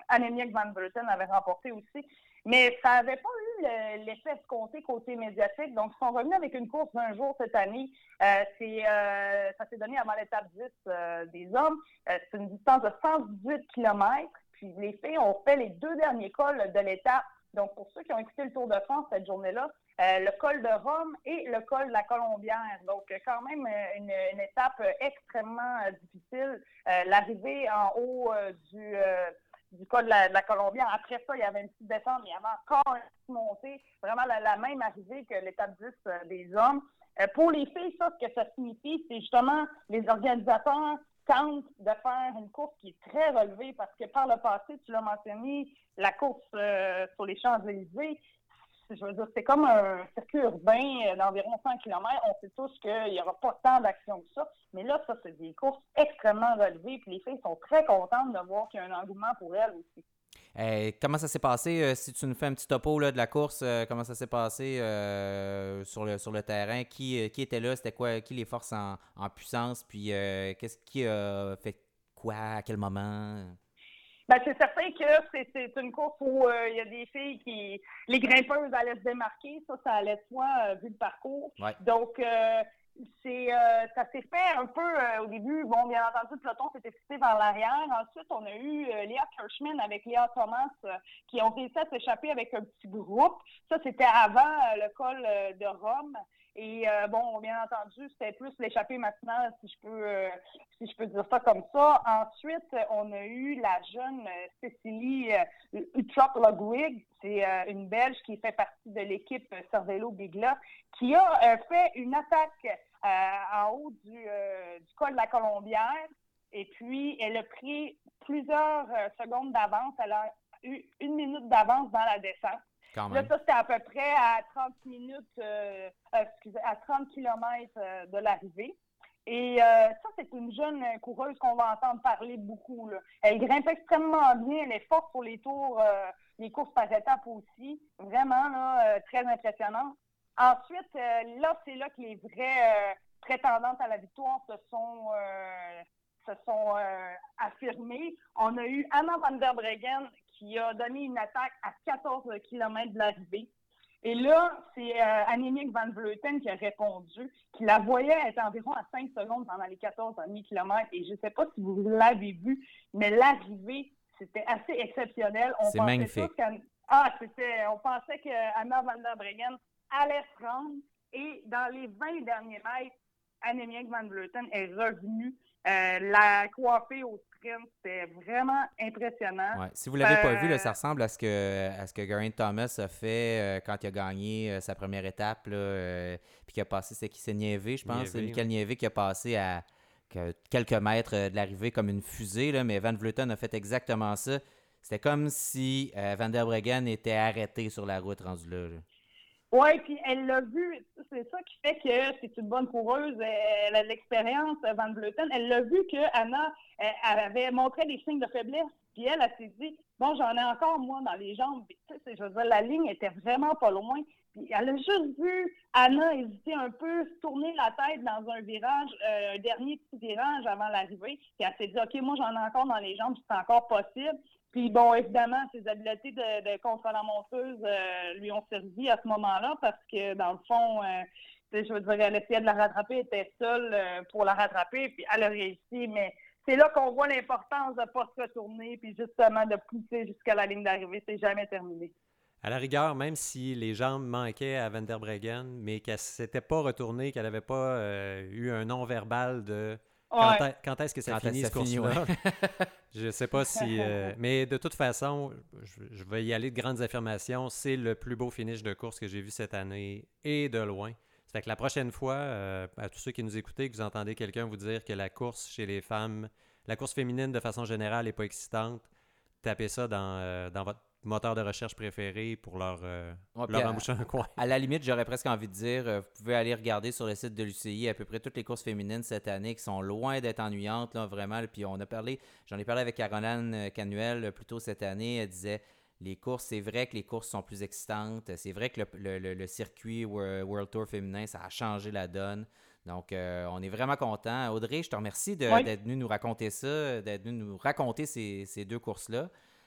Speaker 3: Annemiek van Vleuten avait remporté aussi. Mais ça n'avait pas eu le, l'effet escompté côté médiatique. Donc, ils sont revenus avec une course d'un jour cette année. Euh, c'est, euh, ça s'est donné avant l'étape dix euh, des hommes. Euh, c'est une distance de cent dix-huit kilomètres. Puis les filles ont fait les deux derniers cols de l'étape. Donc, pour ceux qui ont écouté le Tour de France cette journée-là, euh, le col de Rome et le col de la Colombière. Donc, quand même une, une étape extrêmement euh, difficile. Euh, l'arrivée en haut euh, du... Euh, du col de la, de la Colombière. Après ça, il y avait une petite descente, mais il y avait encore une petite montée. Vraiment la, la même arrivée que l'étape dix euh, des hommes. Euh, pour les filles, ça, ce que ça signifie, c'est justement les organisateurs tentent de faire une course qui est très relevée parce que par le passé, tu l'as mentionné, la course euh, sur les Champs-Élysées, je veux dire, c'est comme un circuit urbain d'environ cent kilomètres. On sait tous qu'il n'y aura pas tant d'action que ça. Mais là, ça, c'est des courses extrêmement relevées. Puis les filles sont très contentes de voir qu'il y a un engouement pour elles aussi.
Speaker 2: Euh, comment ça s'est passé? Euh, si tu nous fais un petit topo là, de la course, euh, comment ça s'est passé euh, sur, le, sur le terrain? Qui, euh, qui était là? C'était quoi? Qui les forces en, en puissance? Puis euh, qu'est-ce qui a fait quoi? À quel moment?
Speaker 3: Ben, c'est certain que c'est, c'est une course où il euh, y a des filles qui... Les grimpeuses allaient se démarquer. Ça, ça allait de soi, euh, vu le parcours.
Speaker 2: Ouais.
Speaker 3: Donc, euh, c'est, euh, ça s'est fait un peu euh, au début. Bon, bien entendu, le peloton s'était fixé vers l'arrière. Ensuite, on a eu euh, Léa Kirchmann avec Léa Thomas euh, qui ont réussi à s'échapper avec un petit groupe. Ça, c'était avant euh, le col euh, de Rome. Et euh, bon, bien entendu, c'était plus l'échappée matinale, si je peux euh, si je peux dire ça comme ça. Ensuite, on a eu la jeune euh, Cécilie euh, Utrop-Ludwig, c'est euh, une Belge qui fait partie de l'équipe Cervelo Bigla, qui a euh, fait une attaque euh, en haut du, euh, du col de la Colombière. Et puis, elle a pris plusieurs euh, secondes d'avance. Elle a eu une minute d'avance dans la descente. Là, ça, c'était à peu près à trente minutes, euh, euh, excusez, à trente kilomètres euh, de l'arrivée. Et euh, ça, c'est une jeune coureuse qu'on va entendre parler beaucoup, là. Elle grimpe extrêmement bien, elle est forte pour les tours, euh, les courses par étapes aussi. Vraiment, là, euh, très impressionnante. Ensuite, euh, là, c'est là que les vraies euh, prétendantes à la victoire se sont, euh, se sont euh, affirmées. On a eu Anna van der Breggen qui a donné une attaque à quatorze kilomètres de l'arrivée. Et là, c'est euh, Annemiek van Vleuten qui a répondu, qui la voyait être environ à cinq secondes pendant les quatorze virgule cinq kilomètres. Et je ne sais pas si vous l'avez vu, mais l'arrivée, c'était assez exceptionnel. On
Speaker 2: c'est
Speaker 3: pensait
Speaker 2: magnifique.
Speaker 3: Ah, c'était, on pensait qu'Anna van der Breggen allait se rendre. Et dans les vingt derniers mètres, Annemiek van Vleuten est revenue. Euh, la coiffée au sprint, c'était vraiment impressionnant.
Speaker 2: Ouais. Si vous ne l'avez
Speaker 3: euh...
Speaker 2: pas vu, là, ça ressemble à ce que, à ce que Geraint Thomas a fait euh, quand il a gagné euh, sa première étape. Là, euh, puis qui a passé, c'est qui? C'est Niévé, je pense.
Speaker 1: Niévé,
Speaker 2: c'est Michael
Speaker 1: ouais.
Speaker 2: Niévé qui a passé à que, quelques mètres de l'arrivée comme une fusée. Là, mais Van Vleuten a fait exactement ça. C'était comme si euh, Van der Breggen était arrêté sur la route rendu là. là.
Speaker 3: Oui, puis elle l'a vu. C'est ça qui fait que c'est une bonne coureuse. Elle a de l'expérience, Van Vleuten. Elle l'a vu qu'Anna elle avait montré des signes de faiblesse. Puis elle, elle s'est dit, bon, j'en ai encore, moi, dans les jambes. Tu sais, je veux dire, la ligne était vraiment pas loin. Puis elle a juste vu Anna hésiter un peu, se tourner la tête dans un virage, euh, un dernier petit virage avant l'arrivée. Puis elle s'est dit, OK, moi, j'en ai encore dans les jambes, c'est encore possible. Puis bon, évidemment, ses habiletés de, de contre-la-monteuse euh, lui ont servi à ce moment-là parce que, dans le fond, euh, je veux dire, elle essayait de la rattraper, elle était seule euh, pour la rattraper, puis elle a réussi. Mais c'est là qu'on voit l'importance de ne pas se retourner, puis justement de pousser jusqu'à la ligne d'arrivée. C'est jamais terminé.
Speaker 1: À la rigueur, même si les jambes manquaient à Van der Breggen, mais qu'elle ne s'était pas retournée, qu'elle n'avait pas euh, eu un non-verbal de... Quand,
Speaker 3: Ouais.
Speaker 1: est, quand est-ce que ça
Speaker 2: Quand
Speaker 1: finit,
Speaker 2: ça
Speaker 1: ce course-là?
Speaker 2: finit, ouais.
Speaker 1: Je ne sais pas si... Euh, mais de toute façon, je, je vais y aller de grandes affirmations. C'est le plus beau finish de course que j'ai vu cette année, et de loin. Ça fait que la prochaine fois, euh, à tous ceux qui nous écoutez, que vous entendez quelqu'un vous dire que la course chez les femmes, la course féminine de façon générale n'est pas excitante, tapez ça dans, euh, dans votre moteur de recherche préféré pour leur, euh,
Speaker 2: Ouais,
Speaker 1: leur
Speaker 2: puis à-
Speaker 1: emboucher un coin.
Speaker 2: À la limite, j'aurais presque envie de dire, euh, vous pouvez aller regarder sur le site de l'U C I à peu près toutes les courses féminines cette année qui sont loin d'être ennuyantes, là, vraiment. Puis on a parlé, j'en ai parlé avec Caroline Canuel euh, plus tôt cette année. Elle disait, les courses, c'est vrai que les courses sont plus excitantes. C'est vrai que le, le- le- le circuit Wor- World Tour féminin, ça a changé la donne. Donc, euh, on est vraiment contents. Audrey, je te remercie de-
Speaker 3: Oui.
Speaker 2: d'être venue nous raconter ça, d'être venue nous raconter ces, ces deux courses-là.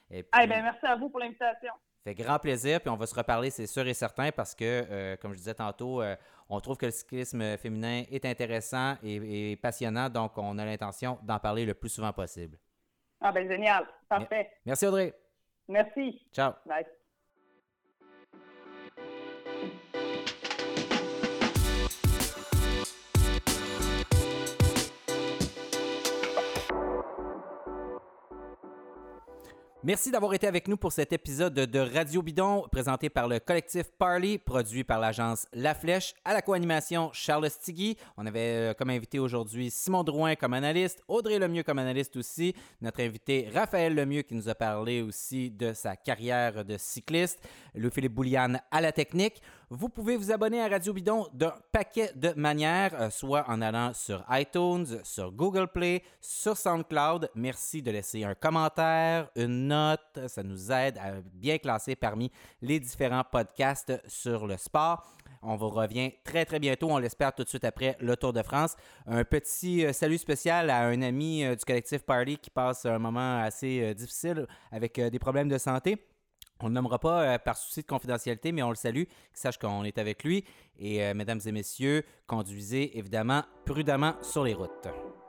Speaker 2: Et puis,
Speaker 3: Eh bien, merci à vous pour l'invitation.
Speaker 2: fait grand plaisir, puis on va se reparler, c'est sûr et certain, parce que, euh, comme je disais tantôt, euh, on trouve que le cyclisme féminin est intéressant et, et passionnant, donc on a l'intention d'en parler le plus souvent possible.
Speaker 3: Ah ben génial. Parfait.
Speaker 2: Merci Audrey.
Speaker 3: Merci.
Speaker 2: Ciao.
Speaker 3: Bye.
Speaker 2: Merci d'avoir été avec nous pour cet épisode de Radio Bidon présenté par le collectif Parley, produit par l'agence La Flèche. À la co-animation, Charles Stigui. On avait euh, comme invité aujourd'hui Simon Drouin comme analyste, Audrey Lemieux comme analyste aussi, notre invité Raphaël Lemieux qui nous a parlé aussi de sa carrière de cycliste, Louis-Philippe Bouliane à la technique. Vous pouvez vous abonner à Radio Bidon d'un paquet de manières, euh, soit en allant sur iTunes, sur Google Play, sur SoundCloud. Merci de laisser un commentaire, une note. Ça nous aide à bien classer parmi les différents podcasts sur le sport. On vous revient très, très bientôt. On l'espère tout de suite après le Tour de France. Un petit euh, salut spécial à un ami euh, du collectif Parley qui passe un moment assez euh, difficile avec euh, des problèmes de santé. On ne nommera pas euh, par souci de confidentialité, mais on le salue, qu'il sache qu'on est avec lui. Et euh, mesdames et messieurs, conduisez évidemment prudemment sur les routes.